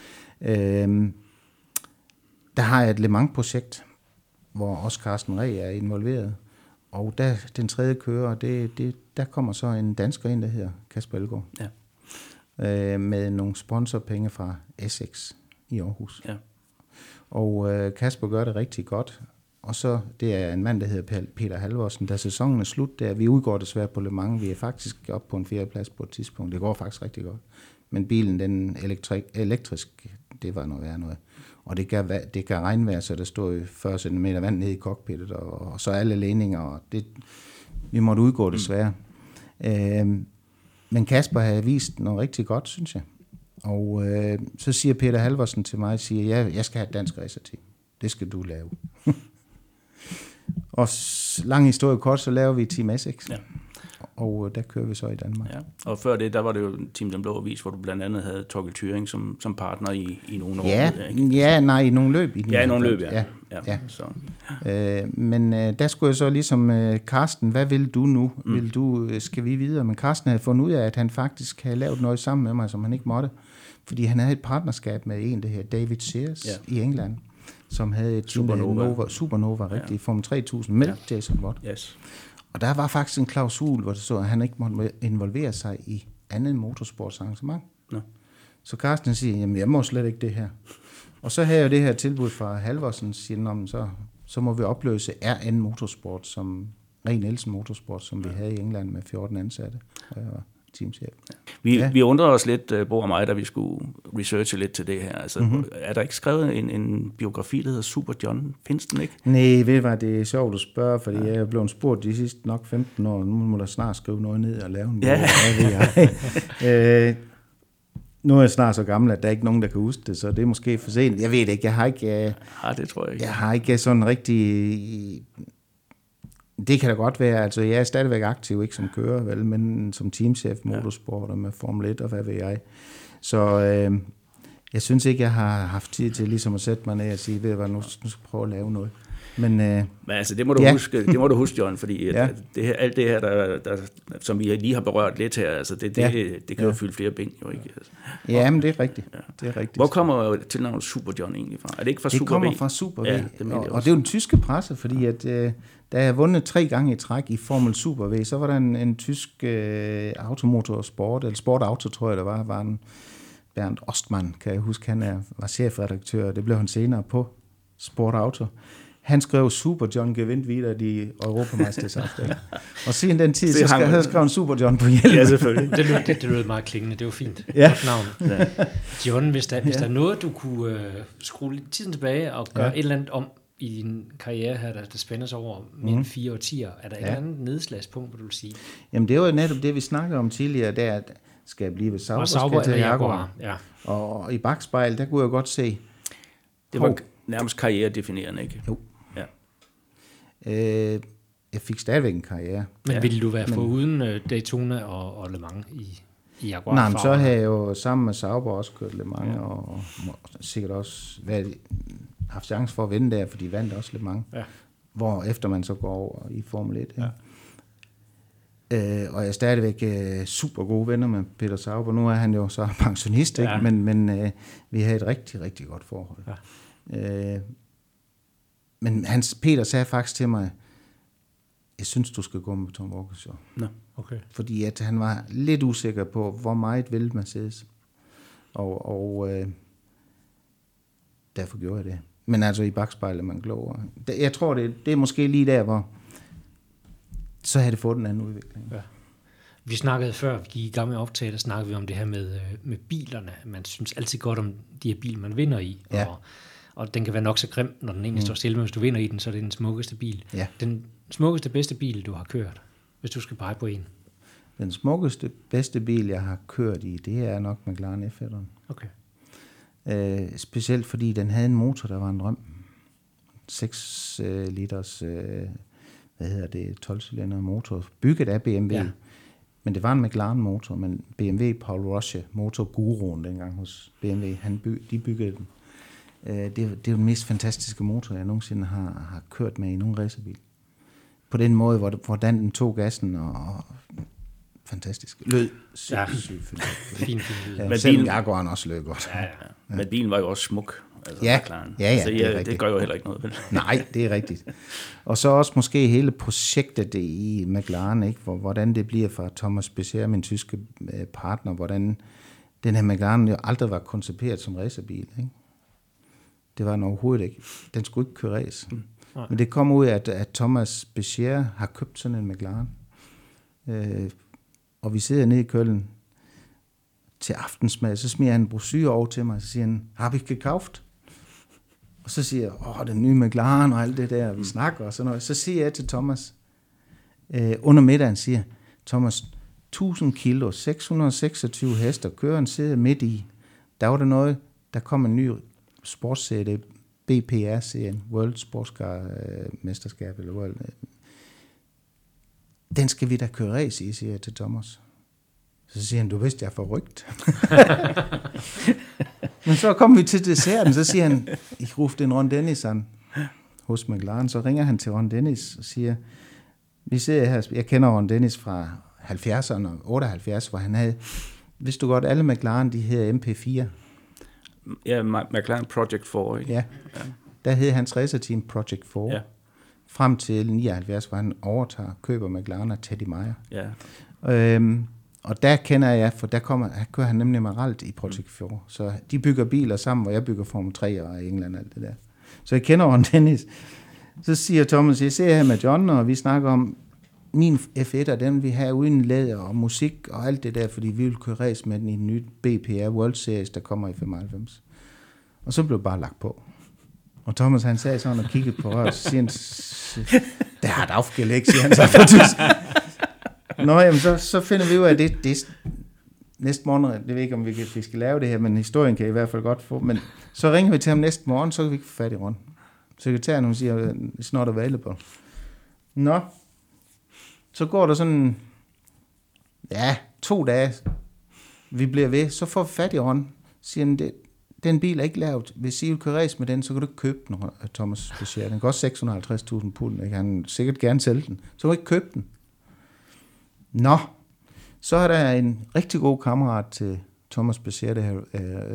Der har jeg et Le Mans-projekt, hvor også Carsten Reh er involveret, og den tredje kører, der kommer så en dansker ind, der hedder Kasper Elgaard, med nogle sponsorpenge fra Essex i Aarhus. Ja. Og Kasper gør det rigtig godt. Og så, det er en mand, der hedder Peter Halvorsen. Da sæsonen er slut, vi udgår desværre på Le Mans. Vi er faktisk oppe på en 4. plads på et tidspunkt. Det går faktisk rigtig godt. Men bilen, den elektrisk, det var noget værre noget. Og det gav regnvejr, så der stod 40 cm vand nede i cockpittet, og så alle ledninger, og vi måtte udgå desværre. Men Kasper havde vist noget rigtig godt, synes jeg. Og så siger Peter Halvorsen til mig, jeg skal have et dansk racerteam. Det skal du lave. Og lang historie kort, så laver vi Team Essex. Ja. Og der kører vi så i Danmark. Ja. Og før det, der var det jo Team Den Blå Avis, hvor du blandt andet havde Torgild Thuring som partner i nogle år. I nogle løb. I nogle løb, ja. Så. Men der skulle jeg så ligesom, Carsten, hvad vil du nu? Skal vi videre? Men Carsten havde fundet ud af, at han faktisk havde lavet noget sammen med mig, som han ikke måtte. Fordi han havde et partnerskab med en, der her David Sears i England, som havde et Supernova rigtig, Formel 3000 med Jason Watt. Yes. Og der var faktisk en klausul, hvor det så, at han ikke måtte involvere sig i andet motorsportsarrangement. No. Så Carsten siger, jamen jeg må slet ikke det her. Og så havde jeg det her tilbud fra Halvorsen, siger, så må vi opløse RN Motorsport, som Ren Nielsen Motorsport, som vi havde i England med 14 ansatte. Og jeg var teamchef. Vi undrede os lidt, Bo og mig, da vi skulle researche lidt til det her. Altså, er der ikke skrevet en biografi, der hedder Super John? Findes den ikke? Nej, ved du hvad, det er sjovt at spørge, fordi jeg er blevet spurgt de sidste nok 15 år. Nu må der snart skrive noget ned og lave en bog. Nu er jeg snart så gammel, at der er ikke nogen, der kan huske det, så det er måske for sent. Jeg ved det ikke, jeg har ikke... det tror jeg ikke. Jeg har ikke sådan rigtig... Det kan da godt være, altså jeg er stadigvæk aktiv, ikke som kører, vel, men som teamchef, motorsport og med Formel 1 og hvad ved jeg. Så jeg synes ikke, jeg har haft tid til ligesom at sætte mig ned og sige, ved hvad, nu skal jeg prøve at lave noget. Men altså, det må du huske, det må du huske, John, fordi det her, alt det her, der, som vi lige har berørt lidt her, altså det kan jo fylde flere ben, jo ikke? Altså. Ja, men det er rigtigt. Det er rigtigt. Hvor kommer tilnavnet Super John egentlig fra? Er det ikke fra Super V? Det kommer fra Super V, og det er jo den tyske presse, fordi at da jeg vundet 3 gange i træk i Formel Super V, så var der en tysk automotorsport, eller sportauto, tror jeg, der var en Bernd Ostmann, kan jeg huske, han var chefredaktør, det blev han senere på Sportauto. Han skrev Super John gevindt videre de Europamesterskabsdage. Og siden den tid, så havde jeg skrevet Super John på hjelmen. Ja, selvfølgelig. Det lød meget klingende, det var fint. Ja. Navn. Ja. John, hvis der er noget, du kunne skrue tiden tilbage og gøre et eller andet om i din karriere her, der spænder sig over mere end 4 årtier, er der et eller andet nedslagspunkt, hvor du vil sige? Jamen, det var jo netop det, vi snakkede om tidligere, der at skal jeg blive ved Sauber, skal jeg til Jaguar. Ja. Og i bagspejl, der kunne jeg godt se... Det var nærmest karrieredefinerende, ikke? Jo. Jeg fik stadigvæk en karriere. Men ville du være foruden Daytona og Le Mans i Jaguar? Nej, men så havde jeg jo sammen med Sauber også kørt Le Mans, og sikkert også haft chance for at vinde der, fordi de vandt også Le Mans. Ja. Hvor efter man så går over i Formel 1. Ja. Og jeg er stadigvæk super gode venner med Peter Sauber. Nu er han jo så pensionist, ikke? Men vi har et rigtig, rigtig godt forhold. Ja. Men Peter sagde faktisk til mig, jeg synes, du skal gå med Tom Walkinshaw. Okay. Fordi at han var lidt usikker på, hvor meget vil Mercedes. Og derfor gjorde jeg det. Men altså i bagspejlet er man klogere. Jeg tror, det er måske lige der, hvor så havde det fået en anden udvikling. Ja. Vi snakkede før, vi gik i gang med optaget, og snakkede vi om det her med bilerne. Man synes altid godt om de her biler, man vinder i. Ja. Og den kan være nok så grim, når den egentlig står stille, men hvis du vinder i den, så er det den smukkeste bil. Ja. Den smukkeste, bedste bil, du har kørt, hvis du skal pege på en? Den smukkeste, bedste bil, jeg har kørt i, det er nok McLaren F1'eren. Okay. Specielt fordi den havde en motor, der var en drøm. 6 liters 12-cylinder motor, bygget af BMW. Ja. Men det var en McLaren motor, men BMW, Paul Rosche, motorguruen dengang hos BMW, de byggede den. Det er den mest fantastiske motor, jeg nogensinde har kørt med i nogen racerbil. På den måde, hvordan den tog gassen og fantastisk. Lød sygt. Fint. Men selvom Jaguaren også lød godt. Ja. Men bilen var jo også smuk. Altså, ja, det gør jo heller ikke noget. Vel? Nej, det er rigtigt. Og så også måske hele projektet i McLaren, ikke? Hvordan det bliver for Thomas Bézier, min tyske partner, hvordan den her McLaren jo aldrig var koncepteret som racerbil. Ikke? Det var den overhovedet ikke. Den skulle ikke køre race. Men det kom ud af, at Thomas Bézier har købt sådan en McLaren. Og vi sidder nede i Køln til aftensmad, så smider han en brochure over til mig, og så siger han, har vi ikke gekauft? Og så siger jeg, den nye McLaren og alt det der, vi snakker og sådan noget. Så siger jeg til Thomas, under middagen siger, Thomas, 1000 kilo, 626 hester, køren sidder midt i. Der var der noget, der kom en ny sportsserie, BPR-serien, World Sportscar Mesterskab, eller World. Den skal vi da køre race i, siger jeg til Thomas. Så siger han, du vidste, jeg er forrygt. Men så kommer vi til desserten, så siger han, jeg rufte en Ron Dennis an hos McLaren. Så ringer han til Ron Dennis og siger, vi sidder her, jeg kender Ron Dennis fra 70'erne og 78, hvor han havde, vidste du godt, alle McLaren, de hedder MP4. Ja, McLaren Project 4, ikke? Ja, der hed hans racerteam Project 4. Ja. Frem til 79, hvor han køber McLaren af Teddy Meyer. Ja. Og der kender jeg, for der kører han nemlig Maralt i Project 4. Så de bygger biler sammen, hvor jeg bygger Formel 3 og England og alt det der. Så jeg kender Ron Dennis. Så siger Thomas, jeg ser her med John, og vi snakker om min F1'er, den vi har uden læder og musik og alt det der, fordi vi vil køre race med den i den nye BPR World Series, der kommer i 95. Og så blev det bare lagt på. Og Thomas, han sagde sådan og kiggede på os, og siger han, der har et afgæld, siger han så for tysk. Nå, jamen, så finder vi ud af, at det næste morgen, det ved ikke, om vi skal lave det her, men historien kan I hvert fald godt få. Men så ringer vi til ham næste morgen, så kan vi ikke få fat i Ron. Sekretæren, hun siger, it's not available. Nå, så går der sådan, 2 dage, vi bliver ved, så får vi fat i Ron, siger han, den bil er ikke lavet. Hvis I vil køre race med den, så kan du ikke købe den, Thomas Bézier. Den koster 650.000 pund, ikke? Han vil sikkert gerne sælge den. Så kan du ikke købe den. Nå, så er der en rigtig god kammerat til Thomas Bézier, det her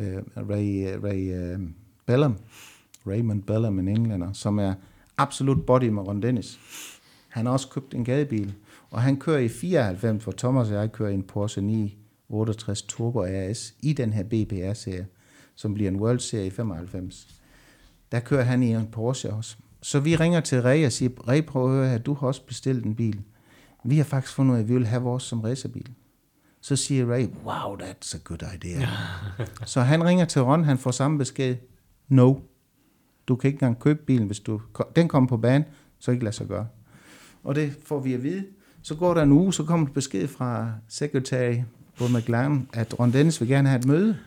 Raymond Bellum, en englænder, som er absolut body med Ron Dennis. Han har også købt en gadebil, og han kører i 94, hvor Thomas og jeg kører i en Porsche 968 Turbo RS i den her BPR-serie, som bliver en World Serie i 95. Der kører han i en Porsche også. Så vi ringer til Ray og siger, Ray, prøv at høre her, du har også bestilt en bil. Vi har faktisk fundet ud af, at vi vil have vores som racerbil. Så siger Ray, wow, that's a good idea. Så han ringer til Ron, han får samme besked, no, du kan ikke engang købe bilen, hvis den kommer på banen, så ikke lad sig gøre. Og det får vi at vide. Så går der en uge, så kommer der besked fra secretary på McLaren, at Ron Dennis vil gerne have et møde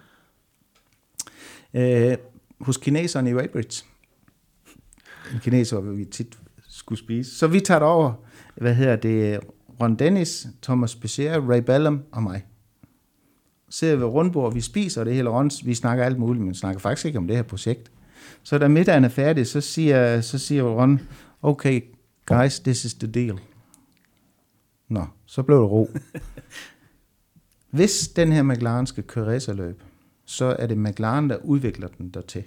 hos kineserne i Weybridge. En kineser, vi tit skulle spise. Så vi tager det over, Ron Dennis, Thomas Becerra, Ray Ballum og mig. Sidder ved rundbord, vi spiser det hele rundt, vi snakker alt muligt, men snakker faktisk ikke om det her projekt. Så da middagen er færdig, så siger Ron, okay, guys, this is the deal. Nå, så blev det ro. Hvis den her McLaren skal køre racerløb, så er det McLaren, der udvikler den dertil.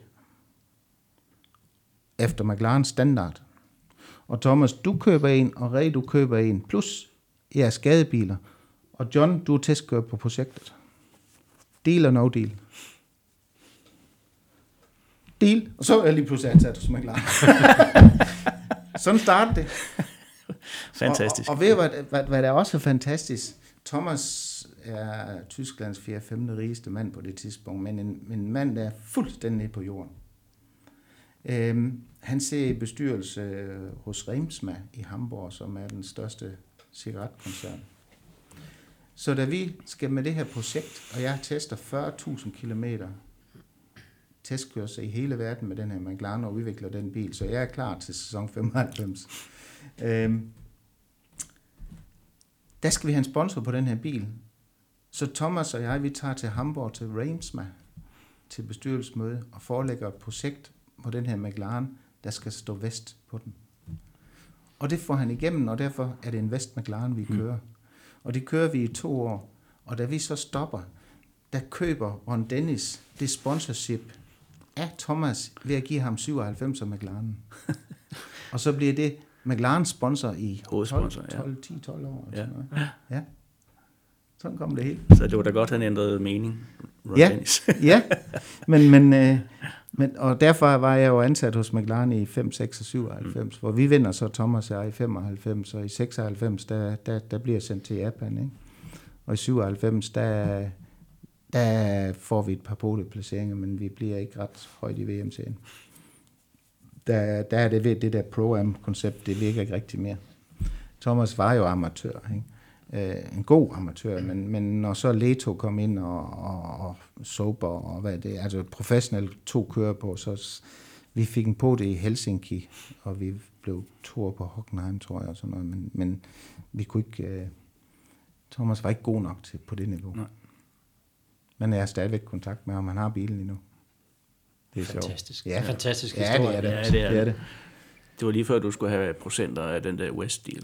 Efter McLaren standard. Og Thomas, du køber en, og Ray, du køber en, plus jeres skadebiler. Og John, du er testkører på projektet. Deal or no deal? Deal. Og så er jeg lige pludselig ansat hos McLaren. Sådan startede det. Fantastisk. Og ved hvad der også er fantastisk? Thomas er Tysklands 4-5. rigeste mand på det tidspunkt, men en mand, der er fuldstændig på jorden. Han ser i bestyrelse hos Remsma i Hamburg, som er den største cigaretkoncern. Så da vi skal med det her projekt, og jeg tester 40.000 kilometer testkørsel i hele verden med den her McLaren og udvikler den bil, så jeg er klar til sæson 95. Der skal vi have en sponsor på den her bil. Så Thomas og jeg, vi tager til Hamburg til Remsma til bestyrelsesmøde og forelægger et projekt på den her McLaren, der skal stå vest på den. Og det får han igennem, og derfor er det en Vest McLaren, vi kører. Og det kører vi i 2 år. Og da vi så stopper, der køber Ron Dennis det sponsorship af Thomas ved at give ham 97 af McLaren. Og så bliver det McLaren sponsor i 12 år. Ja. Ja. Sådan kom det hele. Så det var da godt, han ændrede mening. Ja, ja. Men, og derfor var jeg jo ansat hos McLaren i 5, 6 og 97, hvor vi vinder så Thomas og jeg i 95, og i 96, der bliver jeg sendt til Japan, ikke? Og i 97, der får vi et par podieplaceringer, men vi bliver ikke ret højt i VM-serien. Der er det der Pro-Am-koncept, det virker ikke rigtig mere. Thomas var jo amatør, ikke? En god amatør, men når så Leto kom ind og Sober og hvad det er, altså professionelt 2 kører på, så vi fik en på det i Helsinki, og vi blev 2 på Hockenheim, tror jeg, og sådan noget, men vi kunne ikke, Thomas var ikke god nok til på det niveau. Nej. Men jeg har stadigvæk kontakt med ham, han har bilen endnu. Det er fantastisk. Ja. Fantastisk historie. Ja, det er det. Det var lige før, du skulle have procenter af den der West-deal.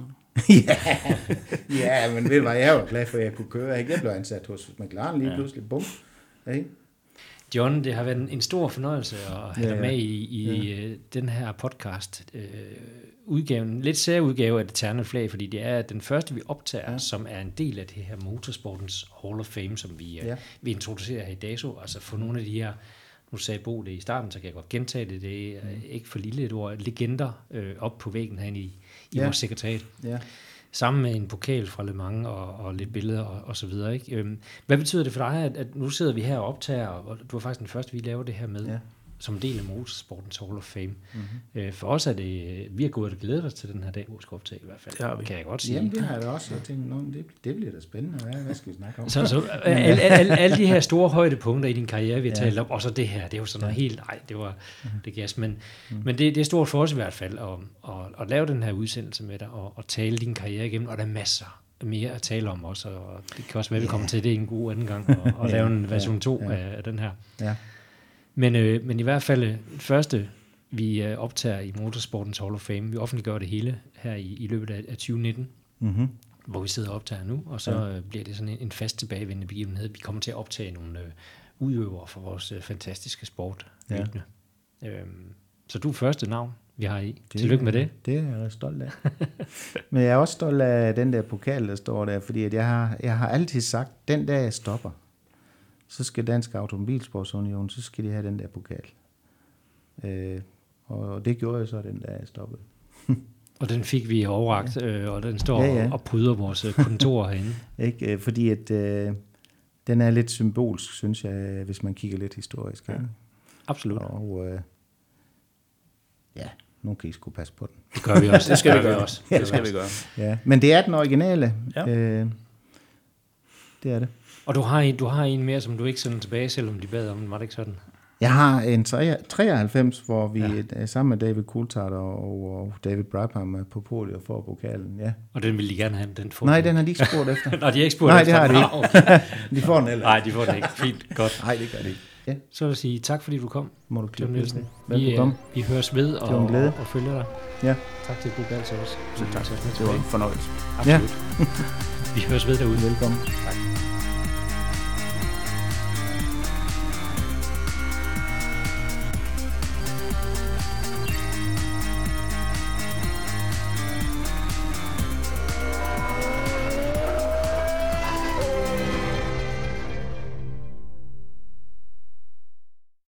ja, men ved du hvad, jeg var glad for, at jeg kunne køre. Jeg blev ansat hos McLaren lige pludselig. Bum. Hey. John, det har været en stor fornøjelse at have dig med i den her podcast. Udgaven, lidt særudgave af Det Ternede Flag, fordi det er den første, vi optager, som er en del af det her Motorsportens Hall of Fame, som vi introducerer her i DASO. Altså for nogle af de her, nu sagde Bo det i starten, så kan jeg godt gentage det, det er ikke for lille et ord, legender op på væggen herinde i vores sekretariat. Ja. Sammen med en pokal fra Le Mans og lidt billeder og så videre. Ikke? Hvad betyder det for dig, at nu sidder vi her og optager, og du er faktisk den første, vi laver det her med, som en del af Motorsportens Hall of Fame. Mm-hmm. For os er det, vi har gået og glædet os til den her dag, hvor vi skal optage i hvert fald. Det kan jeg godt sige. Jamen, det har jeg da også. Jeg tænkte, det bliver da spændende. Hvad skal vi snakke om? Så alle de her store højdepunkter i din karriere, vi har talt om, og så det her, det er jo sådan noget helt, det var det gas. Men det er stort for os i hvert fald, at lave den her udsendelse med dig, og tale din karriere igennem, og der er masser mere at tale om også, og det kan også være, vi kommer til det en god anden gang, og lave en version 2 af den her. Ja. Men i hvert fald første, vi optager i Motorsportens Hall of Fame, vi offentliggør det hele her i løbet af 2019, hvor vi sidder og optager nu, og så bliver det sådan en fast tilbagevendende begivenhed. Vi kommer til at optage nogle udøvere for vores fantastiske sport. Ja. Så du er første navn, vi har i. Tillykke med det. Det er jeg stolt af. Men jeg er også stolt af den der pokal, der står der, fordi at jeg har altid sagt, den dag jeg stopper, så skal Dansk Automobilsportsunion, så skal de have den der pokal. Og det gjorde jeg så den dag jeg stoppede. Og den fik vi overrakt, og den står og pryder vores kontor herinde. Ikke, fordi at den er lidt symbolsk, synes jeg, hvis man kigger lidt historisk. Ja. Absolut. Og nu kan I sgu passe på den. Det gør vi også. Det skal vi gøre også. Det skal vi gøre. Ja, men det er den originale. Ja. Det er det. Og du har en mere, som du ikke sender tilbage, selvom de bad om den, var det ikke sådan? Jeg har en 93, hvor vi sammen med David Coulthard og David Brabham er på podiet for pokalen, ja. Og den vil de gerne have, den får. Nej, den har de ikke spurgt efter. Nej, de har ikke spurgt efter. Nej, det har de ikke. Okay. De får den heller. Nej, de får den ikke. Fint, godt. Nej, det gør de ikke. Ja. Så vil jeg sige tak, fordi du kom. Må du John Nielsen. Velkommen. Vi høres ved og følger dig. Ja. Tak til Google også. Så tak. Det var en fornøjelse. Absolut. Vi høres ved derude. Velkommen. Tak.